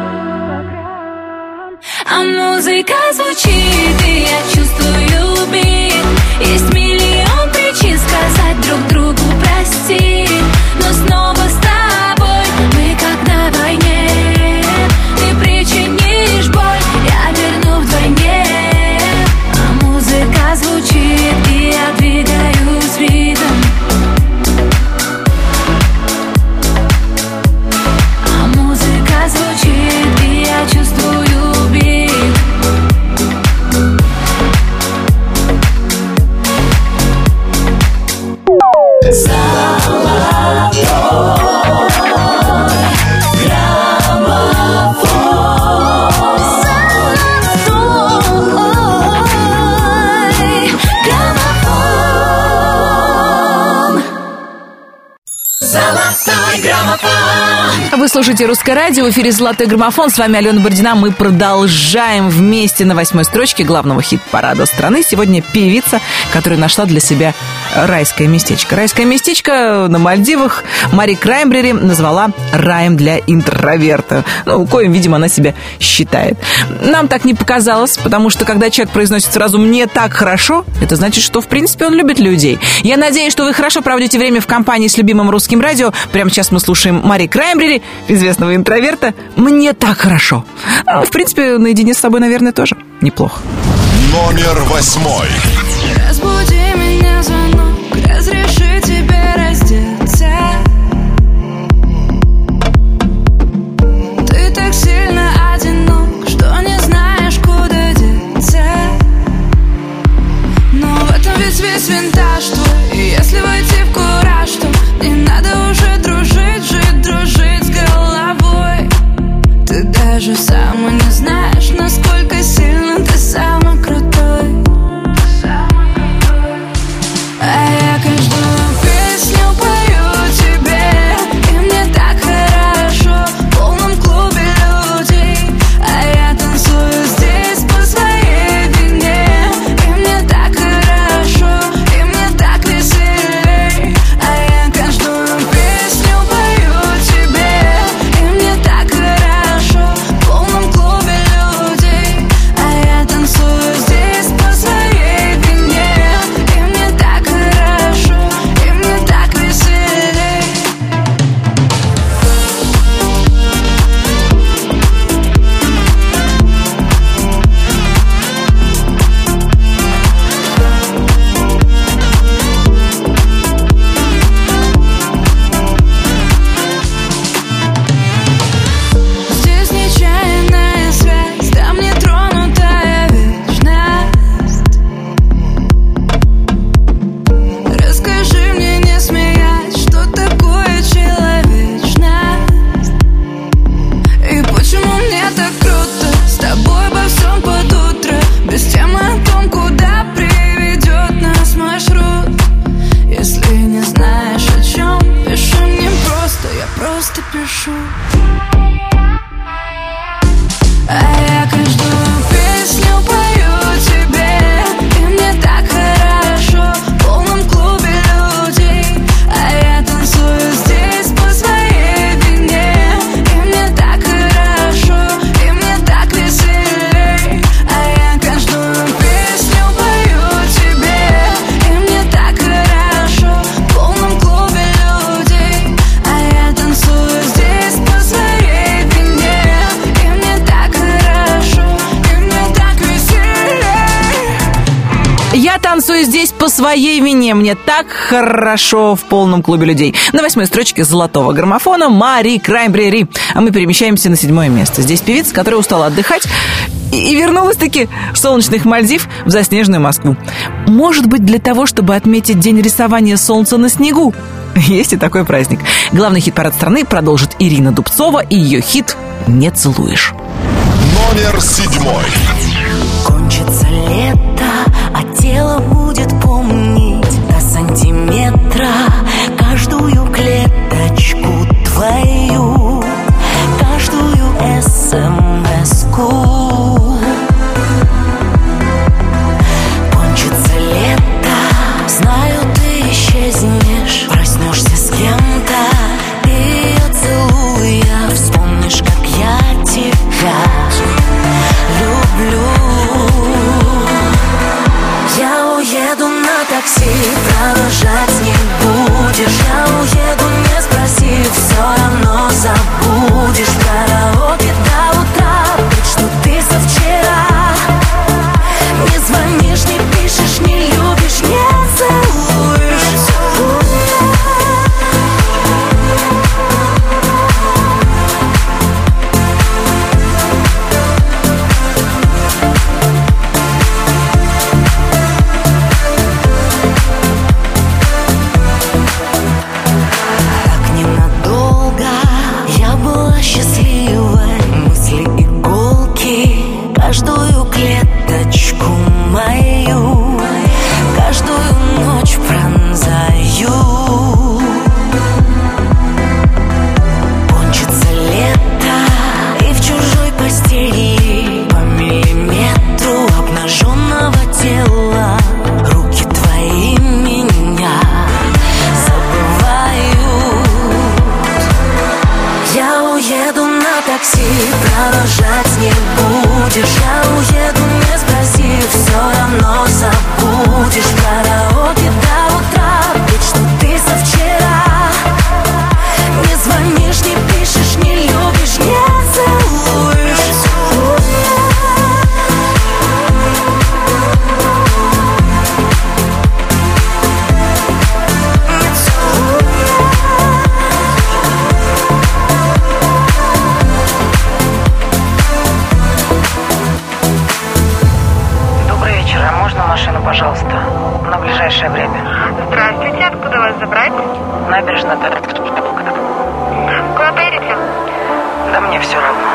А музыка звучит, и я чувствую бит. Есть миллион причин сказать друг другу прости, но снова с тобой мы как на войне. Ты причинишь боль, я верну вдвойне. А музыка звучит, и я двигаюсь в ритм. А музыка звучит, и я чувствую бит. Вы слушаете «Русское радио», в эфире «Золотой граммофон». С вами Алена Бородина. Мы продолжаем вместе на 8-й строчке главного хит-парада страны. Сегодня певица, которая нашла для себя райское местечко. Райское местечко на Мальдивах Мари Краймбрери назвала раем для интроверта. Ну, коим, видимо, она себя считает. Нам так не показалось, потому что, когда человек произносит фразу «мне так хорошо», это значит, что, в принципе, он любит людей. Я надеюсь, что вы хорошо проводите время в компании с любимым русским радио. Прямо сейчас мы слушаем Мари Краймбрери, известного интроверта, «Мне так хорошо». В принципе, наедине с собой, наверное, тоже неплохо. Номер 8. Разбуди меня звонок, разреши тебе раздеться. Ты так сильно одинок, что не знаешь, куда деться. Но в этом весь винтаж твой. И если войти в кураж, то не надо уже дружить, дружить с головой. Ты даже сама не знаешь, насколько сильно ты самый крутой. А я каждую песню пою тебе, и мне так хорошо в полном клубе людей. А я танцую здесь по своей вине, и мне так хорошо. танцую здесь по своей вине. Мне так хорошо в полном клубе людей. На 8-й строчке золотого граммофона Мари Краймбрери. А мы перемещаемся на 7-е место. Здесь певица, которая устала отдыхать и вернулась-таки с солнечных Мальдив в заснеженную Москву. Может быть, для того, чтобы отметить день рисования солнца на снегу. Есть и такой праздник. Главный хит-парад страны продолжит Ирина Дубцова и ее хит «Не целуешь». Номер 7. Кончится лето, а тело будет помнить до сантиметра каждую клеточку твою, каждую смс-ку. Кончится лето, знаю, ты исчезнешь, проснешься с кем-то, ты ее целуя, вспомнишь, как я тебя люблю. Я уеду на такси, провожать не будешь. Я уеду, не спросив, все равно забудешь. Караоке до утра, ведь что ты со вчера. Не звонишь, не пишешь, не любишь, не целуешь. Каждую клеточку мою, каждую ночь пронзаю. Кончится лето, и в чужой постели по миллиметру обнаженного тела руки твои меня забывают. Я уеду на такси, провожать не будешь. Я уеду, не спросив, все равно забудешь. Караоке до утра, ведь что ты со вчера. Не звонишь, не пишешь, не любишь, не целуешь. Машину, пожалуйста, на ближайшее время. Здравствуйте, откуда вас забрать? Набережная. Куда поедете? Да мне все равно.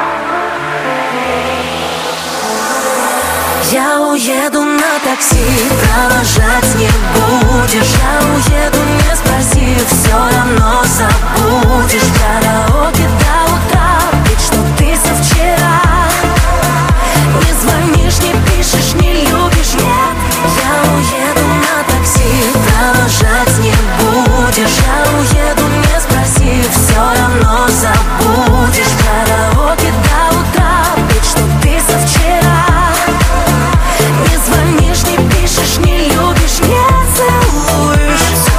Я уеду на такси, провожать не будешь. Я уеду, не спросив, все равно забудешь. Караоке до утра, ведь что ты со вчера. Не звонишь, не пишешь, не любишь, нет. Я уеду на такси, провожать не будешь. Я уеду, не спросив, все равно забудешь. Караоке до утра, ведь что ты со вчера. Не звонишь, не пишешь, не любишь, не целуешь.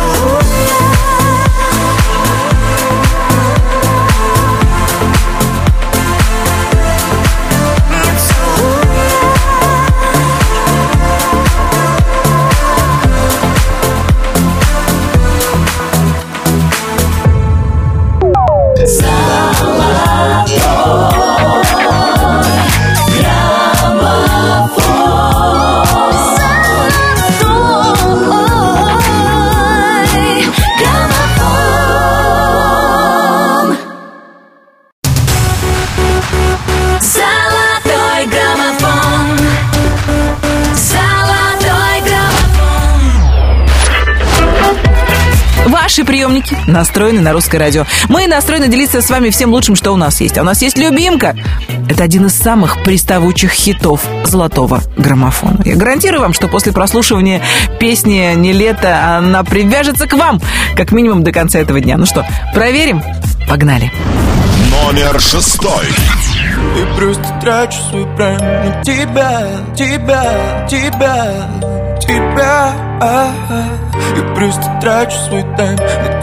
Ваши приемники настроены на русское радио. Мы настроены делиться с вами всем лучшим, что у нас есть. А у нас есть любимка. Это один из самых приставучих хитов золотого граммофона. Я гарантирую вам, что после прослушивания песни «Не лето» она привяжется к вам, как минимум до конца этого дня. Ну что, проверим? Погнали. Номер 6. И просто трачу свой прайм на тебя. Я просто трачу свой тайм на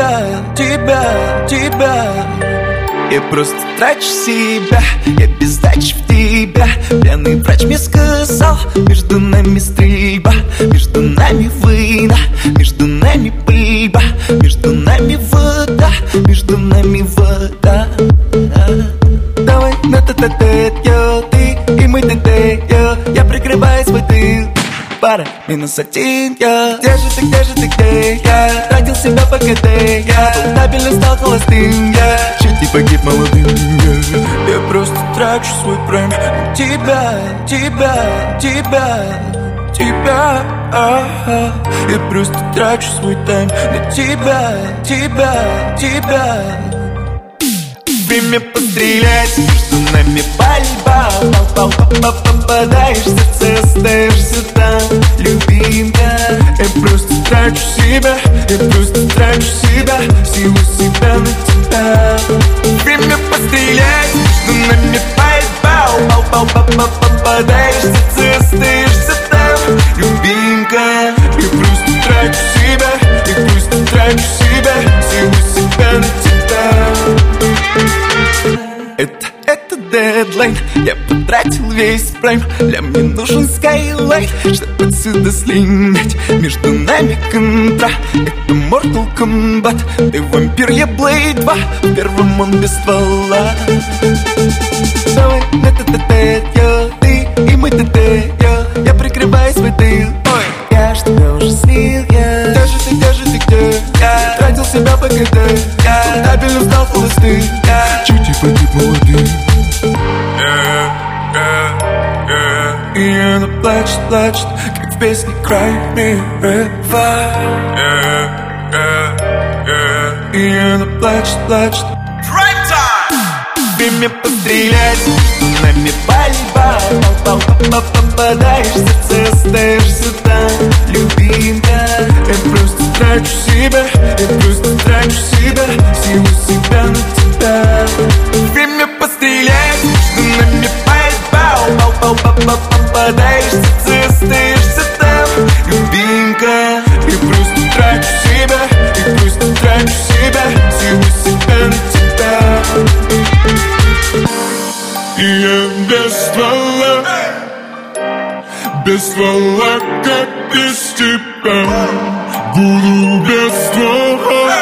тебя. Я просто трачу себя, я без дачи в тебя. Пьяный врач мне сказал, между нами стрельба, между Между нами война, между нами пыльба, между нами вода, между нами вода. Давай на тет-а-тет, ты и мы тет-тет, я прикрываю свой тыл. Пара, -1, я. Где же ты, где я? Тратил себя по КТ, я стабильно стал холостым, я чуть не погиб молодым, я просто трачу свой прайм на тебя, тебя, тебя, тебя, я просто трачу свой тайм на тебя, тебя, тебя. Время пострелять, между нами пальба. Попадаешь в сердце, остаешься там, любимая. Я просто трачу себя, я просто трачу себя, всего себя на тебя. Время пострелять, между нами пальба. Попадаешь в сердце, остаешься там, любимая. Я просто трачу себя, я просто трачу себя, всего себя на тебя. Это дедлайн, я потратил весь прайм. Для мне нужен скайлайн, чтобы отсюда слинять. Между нами контра, это Mortal Kombat. Ты вампир, я Blade 2, в первом он без ствола. Давай на тет-а-тет, ты и мы тет-тет, я прикрываю свой тыл. Ой, я ж тебя уже слил, я. Где же ты, где я? Тратил себя по КТ, я стабильно стал холостым, я чуть не погиб молодым. И она плачет, плачет, как в песне Cry Me River. И она плачет, плачет. Время пострелять, между нами пальба. Попадаешь в сердце, остаешься там, любимая. Я просто трачу себя, я просто трачу себя, всего себя на тебя. Время пострелять, между нами пальба. Попадаешь в сердце, остаешься там, любимая. Я просто трачу себя, я просто трачу себя, всего себя на тебя. И я без ствола, как без тебя. Буду без ствола,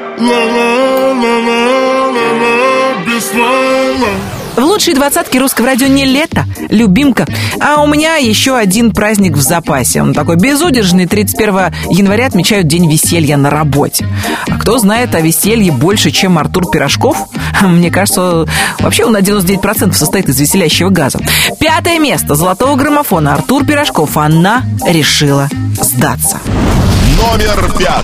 ла-ла-ла-ла-ла-ла, без ствола. В лучшей двадцатке русского радио не лето, любимка. А у меня еще один праздник в запасе. Он такой безудержный. 31 января отмечают День веселья на работе. А кто знает о веселье больше, чем Артур Пирожков? Мне кажется, вообще он на 99% состоит из веселящего газа. 5 место золотого граммофона. Артур Пирожков. Она решила сдаться. Номер 5.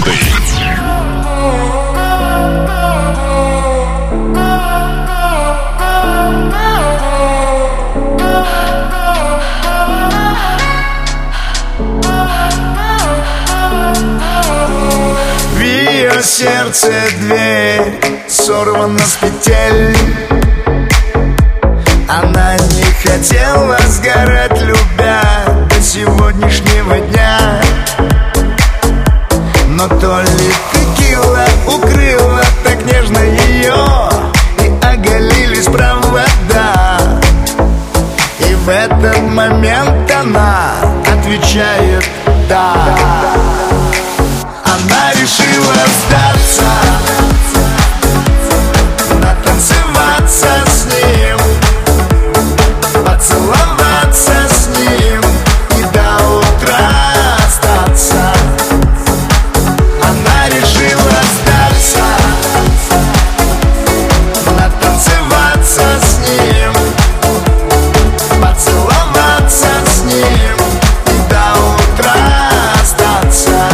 Сердце дверь сорвана с петель. Она не хотела сгорать, любя, до сегодняшнего дня. Но то ли текила укрыла так нежно ее, и оголились провода. И в этот момент она отвечает «да». Она решила сдаться, натанцеваться с ним, поцеловаться с ним и до утра остаться. Она решила сдаться, натанцеваться с ним, поцеловаться с ним и до утра остаться.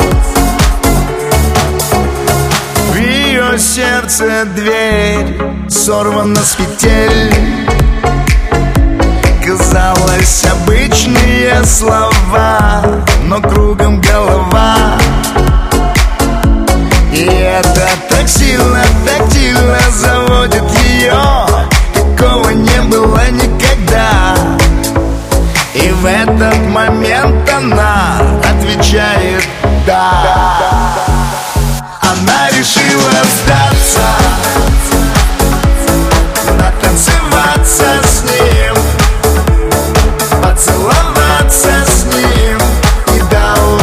Сердце дверь сорвана с петель. Казалось, обычные слова, но кругом голова. И это так сильно, тактильно заводит ее. Такого не было никогда. И в этот момент она отвечает «да». Она решила сдаться, натанцеваться с ним, поцеловаться с ним и до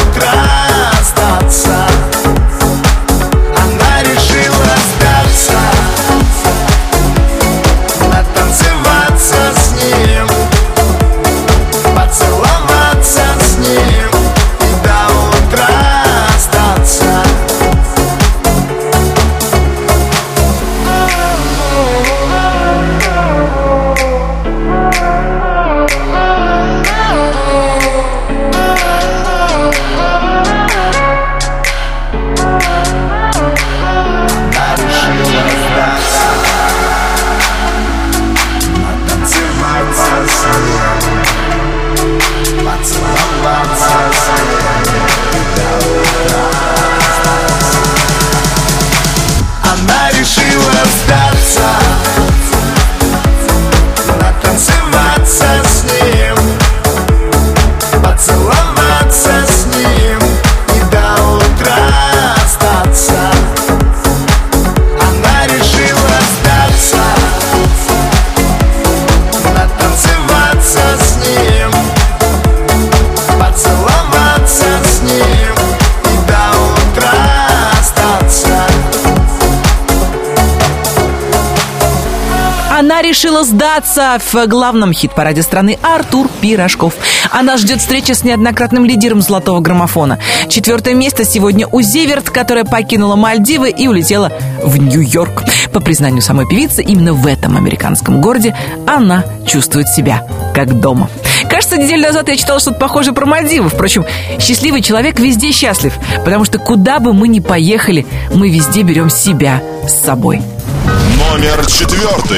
решила сдаться в главном хит-параде страны Артур Пирожков. Она ждет встречи с неоднократным лидером золотого граммофона. 4 место сегодня у Зиверт, которая покинула Мальдивы и улетела в Нью-Йорк. По признанию самой певицы, именно в этом американском городе она чувствует себя как дома. Кажется, неделю назад я читала что-то похожее про Мальдивы. Впрочем, счастливый человек везде счастлив, потому что куда бы мы ни поехали, мы везде берем себя с собой. Номер 4.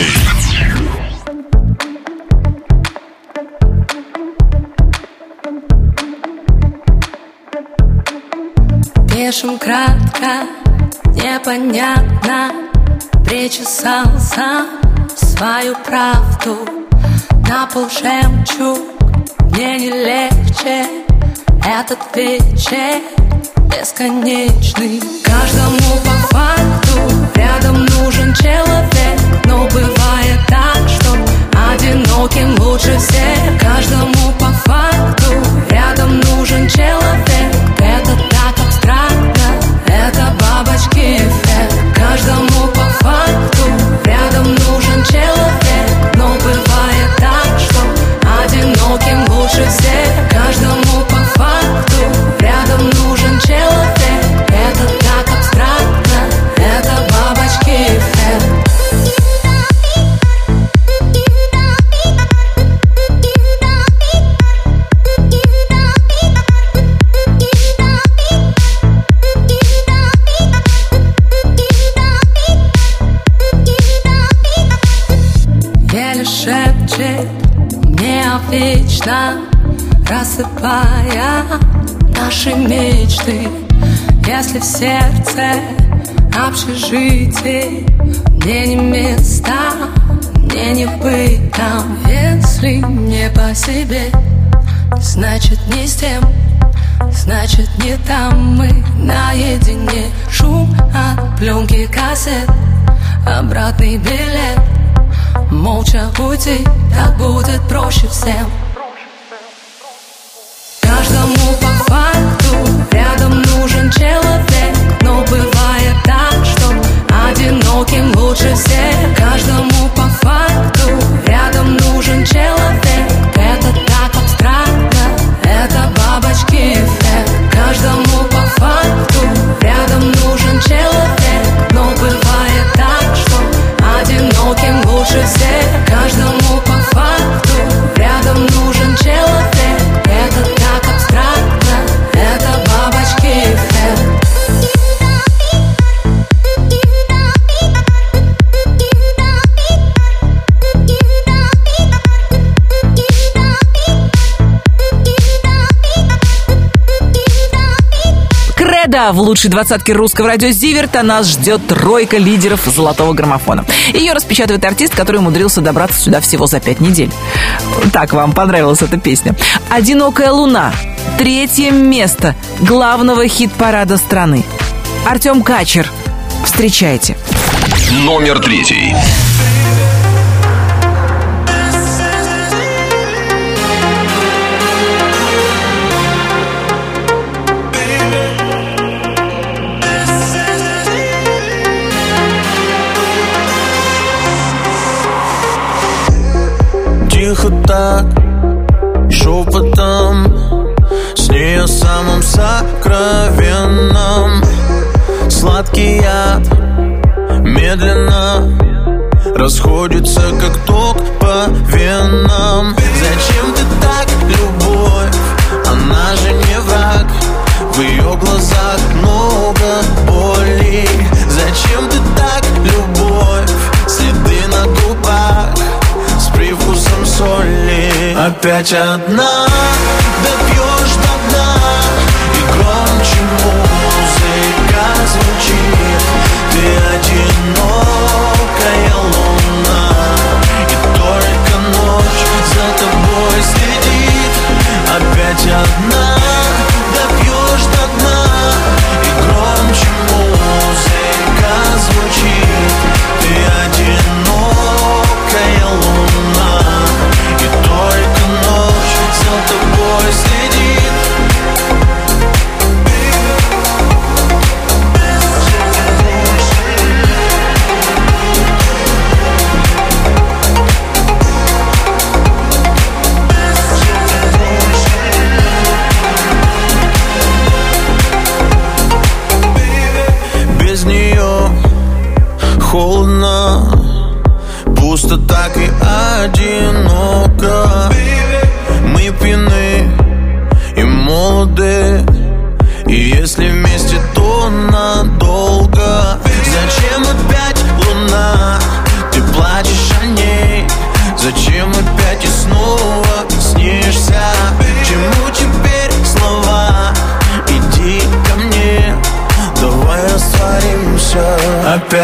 Пишем кратко, непонятно, причесался свою правду. На пол жемчуг, мне не легче этот вечер бесконечный. Каждому по факту рядом нужен человек, но бывает так, что одиноким лучше всех. Каждому по факту рядом нужен человек. Это так абстрактно, это бабочки эффект. Каждому по факту рядом нужен человек, но бывает так, что одиноким лучше всех. Каждому по факту рядом нужен человек. Это так абстрактно, это бабочки эффект. Еле шепчет мне о вечном, рассыпая наши мечты. Если в сердце общежитие, мне не места, мне не быть там. Если не по себе, значит не с тем, значит не там. Мы наедине, шум от пленки кассет, обратный билет. Молча уйти, так будет проще всем. Каждому по факту рядом нужен человек, но бывает так, что одиноким лучше всех. Каждому по факту рядом нужен человек. Это так абстрактно, это бабочки эффект. Каждому по факту рядом нужен человек, но бывает так, что одиноким лучше всех. Каждому по факту рядом нужен человек. Это так абстрактно, это бабочки эффект. Да, в лучшей двадцатке русского радио Зиверт нас ждет тройка лидеров золотого граммофона. Ее распечатывает артист, который умудрился добраться сюда всего за 5 недель. Так вам понравилась эта песня. «Одинокая луна». 3 место главного хит-парада страны. Артем Качер. Встречайте. Номер 3. Тихо так, шепотом, с ней о самом сокровенном. Сладкий яд медленно расходится, как ток по венам. Зачем ты так, любовь? Она же не враг. В ее глазах много боли. Зачем ты так, любовь? Следы на губах с привкусом соли. Опять одна, допьешь до дна, и громче музыка звучит. Ты одинокая луна, и только ночь за тобой следит. Опять одна, допьешь до дна, и громче музыка звучит. Ты одинокая луна, и только ночь за тобой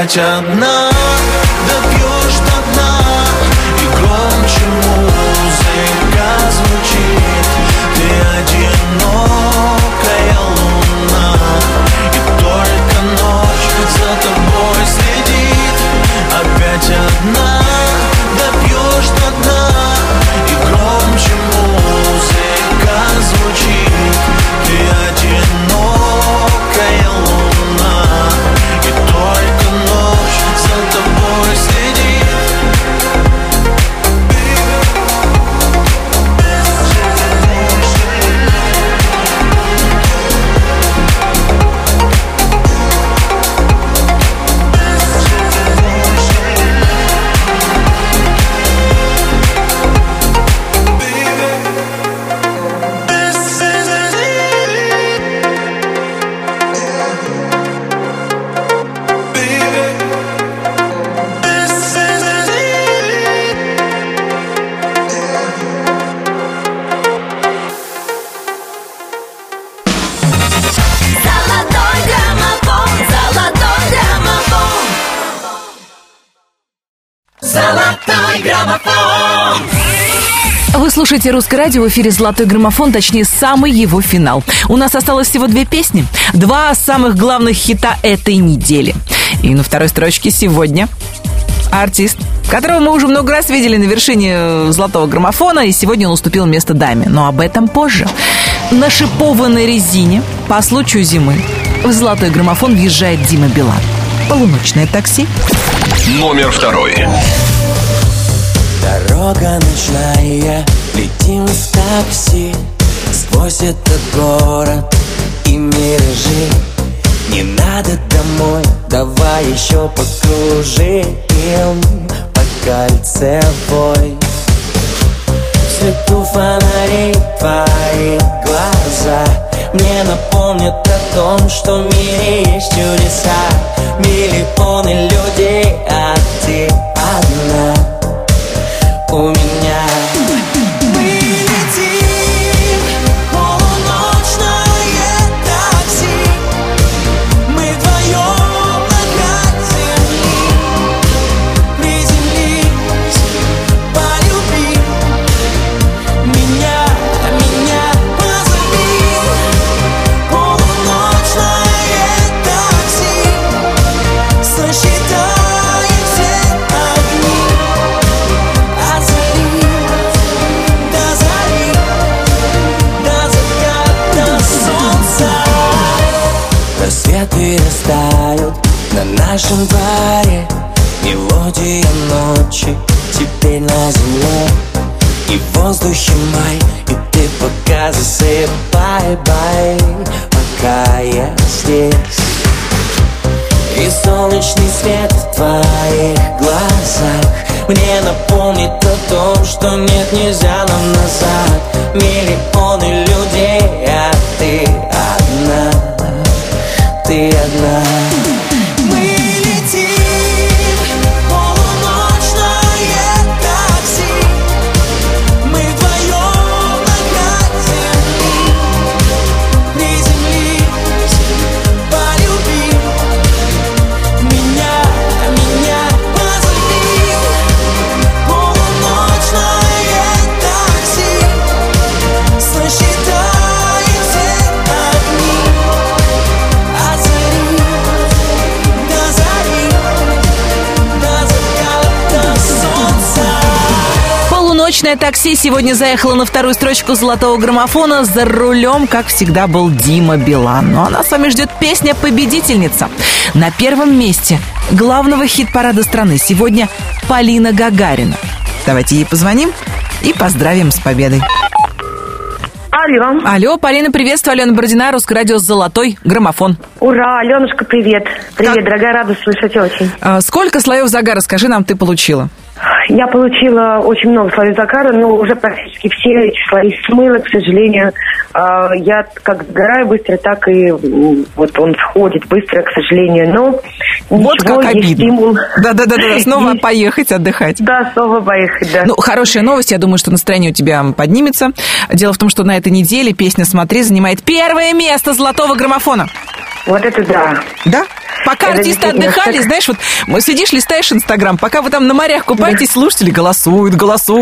опять одна, допьешь до дна, и громче музыка звучит. Ты одинокая луна, и только ночь за тобой следит. Опять одна, допьешь до дна, и громче музыка звучит. Ты одинокая луна, и только ночь за тобой следит. Вы слушаете «Русское радио», в эфире «Золотой граммофон», точнее, самый его финал. У нас осталось всего 2 песни, 2 самых главных хита этой недели. И на второй строчке сегодня артист, которого мы уже много раз видели на вершине «Золотого граммофона», и сегодня он уступил место даме. Но об этом позже. На шипованной резине по случаю зимы в «Золотой граммофон» въезжает Дима Билан. «Полуночное такси». Номер 2. Дорога ночная, летим в такси сквозь этот город и миражи. Не надо домой, давай еще покружим по кольцевой. В свету фонарей твои глаза мне напомнят о том, что в мире есть чудеса. Миллионы людей, а ты одна у меня. Мы летим, полуночное такси. Мы вдвоем на край земли. Приземлись, полюби меня, позови. Полуночное такси. Сосчитаем все огни. От зари до зари, до заката солнца. Рассветы растают на нашем дворе. Мелодия ночи теперь на земле. И в воздухе май, и ты пока засыпай, бай, пока я здесь. И солнечный свет в твоих глазах мне напомнит о том, что нет, нельзя нам назад. Миллионы людей, а ты одна, ты одна. Мы летим, полуночное такси. Мы вдвоем на край земли. Приземлись, полюби меня, позови. Полуночное такси. Сосчитаем все огни. От зари до зари, до заката солнца. «Полуночное такси» сегодня заехало на вторую строчку «Золотого граммофона». За рулем, как всегда, был Дима Билан. Ну а нас с вами ждет песня-победительница. На первом месте главного хит-парада страны сегодня Полина Гагарина. Давайте ей позвоним и поздравим с победой. Алло. Алло, Полина, приветствую. Алена Бородина, «Русское радио», «Золотой граммофон». Ура, Аленушка, привет. Привет, дорогая, рада слышать очень. Сколько слоев загара, скажи нам, ты получила? Я получила очень много слоев загара, но уже практически все эти слои смыла, к сожалению. Я как сгораю быстро, так и вот он сходит быстро, к сожалению. Но вот ничего, как есть обидно. стимул. Да, снова поехать отдыхать. Да, снова поехать, да. Ну, хорошая новость, я думаю, что настроение у тебя поднимется. Дело в том, что на этой неделе песня «Смотри» занимает первое место «Золотого граммофона». Вот это да. Да? Пока Это артисты действительно отдыхали, так. знаешь, вот сидишь, листаешь Инстаграм, пока вы там на морях купаетесь, слушатели голосуют.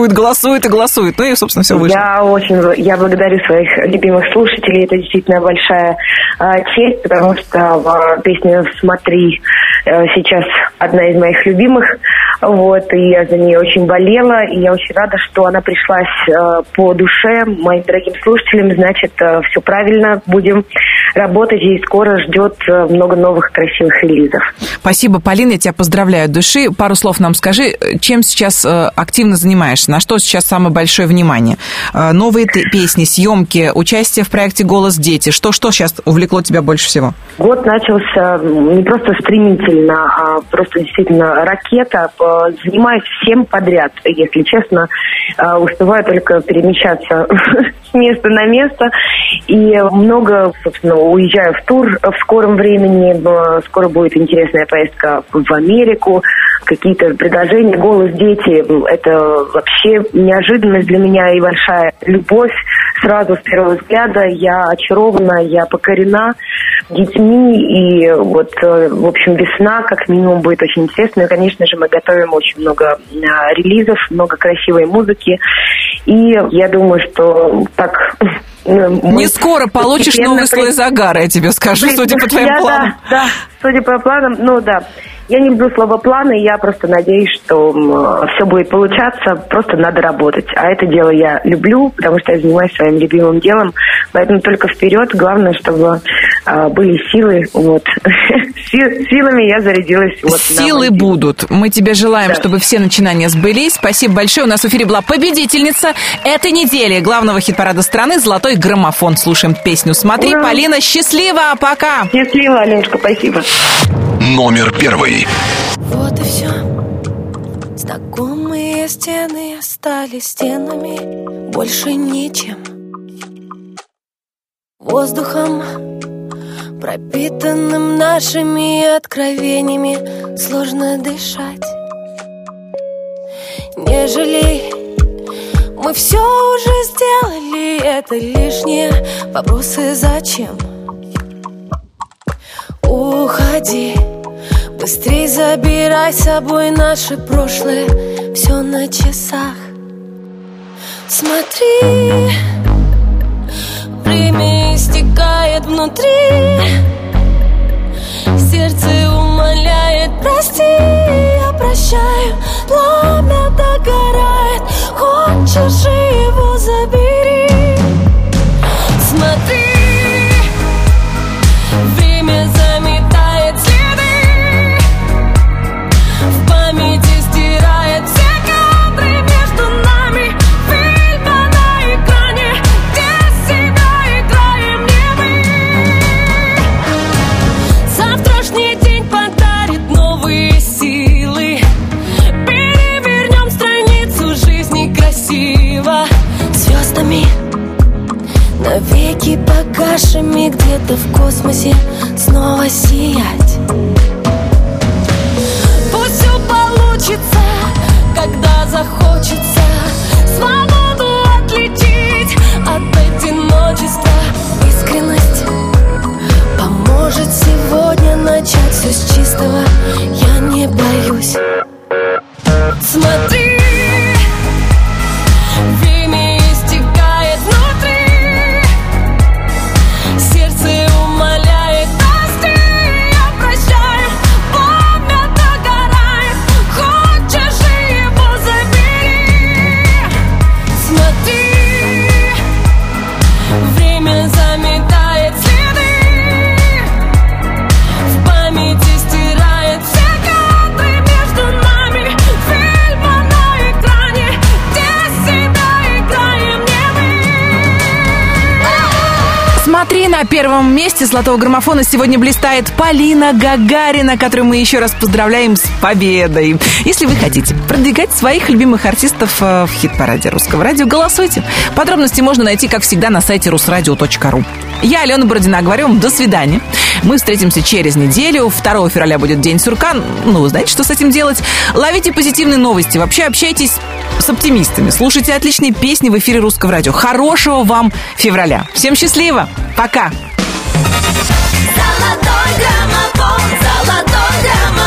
Ну и, собственно, все вышло. Я благодарю своих любимых слушателей. Это действительно большая честь, потому что песня «Смотри» сейчас одна из моих любимых. Вот, и я за нее очень болела, и я очень рада, что она пришлась по душе моим дорогим слушателям. Значит, все правильно, будем работать, и скоро ждет много новых красивых релизов. Спасибо, Полина, я тебя поздравляю от души. Пару слов нам скажи, чем сейчас активно занимаешься, на что сейчас самое большое внимание? Новые песни, съемки, участие в проекте «Голос дети». Что сейчас увлекло тебя больше всего? Год начался не просто стремительно, а просто действительно ракета. Занимаюсь всем подряд, если честно. Успеваю только перемещаться с места на место. И много, собственно, уезжаю в тур в скором времени. Скоро будет интересная поездка в Америку. Какие-то предложения. «Голос дети» — это вообще неожиданность для меня и большая любовь. Сразу с первого взгляда я очарована, я покорена детьми. И вот, в общем, весна как минимум будет очень интересной. И, конечно же, мы готовим очень много релизов, много красивой музыки. И я думаю, что так... Не скоро получишь новый слой загара, я тебе скажу, судя по твоим планам. Да, судя по планам, я не люблю слово «планы», я просто надеюсь, что все будет получаться, просто надо работать. А это дело я люблю, потому что я занимаюсь своим любимым делом, поэтому только вперед, главное, чтобы были силы, вот. Силами я зарядилась. Вот, силы будут. Мы тебе желаем, чтобы все начинания сбылись. Спасибо большое. У нас в эфире была победительница этой недели главного хит-парада страны «Золотой граммофон». Слушаем песню «Смотри». Ура! Полина, счастливо, пока! Счастливо, Аленушка, спасибо. Номер первый. Вот и все. Знакомые стены стали стенами, больше ничем. Воздухом, пропитанным нашими откровениями, сложно дышать. Не жалей, мы все уже сделали, это лишние вопросы зачем. Уходи, быстрей забирай с собой наше прошлое, все на часах. Смотри, время истекает внутри, сердце умоляет, прости, я прощаю. Пламя догорает, хочешь же его забери. Смотри, время заметает следы, в памяти стирает все кадры между нами. Фильма на экране, где себя играем не мы. Завтрашний день подарит новые силы, перевернем страницу жизни красиво. Звездами навеки погашими, где-то в космосе снова сиять. Пусть все получится, когда захочется свободу отличить от одиночества. Искренность поможет сегодня начать все с чистого. Я не боюсь. Смотри, время истекает внутри, сердце умоляет, прости, я прощаю. Пламя догорает, хочешь же его забери. Смотри, время заметает следы, в памяти стирает все кадры между нами. Фильма на экране, где себя играем не мы. Смотри, на первом месте золотого граммофона сегодня блистает Полина Гагарина, которую мы еще раз поздравляем с победой. Если вы хотите продвигать своих любимых артистов в хит-параде Русского радио, голосуйте. Подробности можно найти, как всегда, на сайте rusradio.ru. Я, Алена Бородина, говорю вам до свидания. Мы встретимся через неделю. 2 февраля будет День сурка. Ну, вы знаете, что с этим делать. Ловите позитивные новости. Вообще общайтесь с оптимистами. Слушайте отличные песни в эфире Русского радио. Хорошего вам февраля. Всем счастливо. Пока. Золотой граммофон, золотой. программа.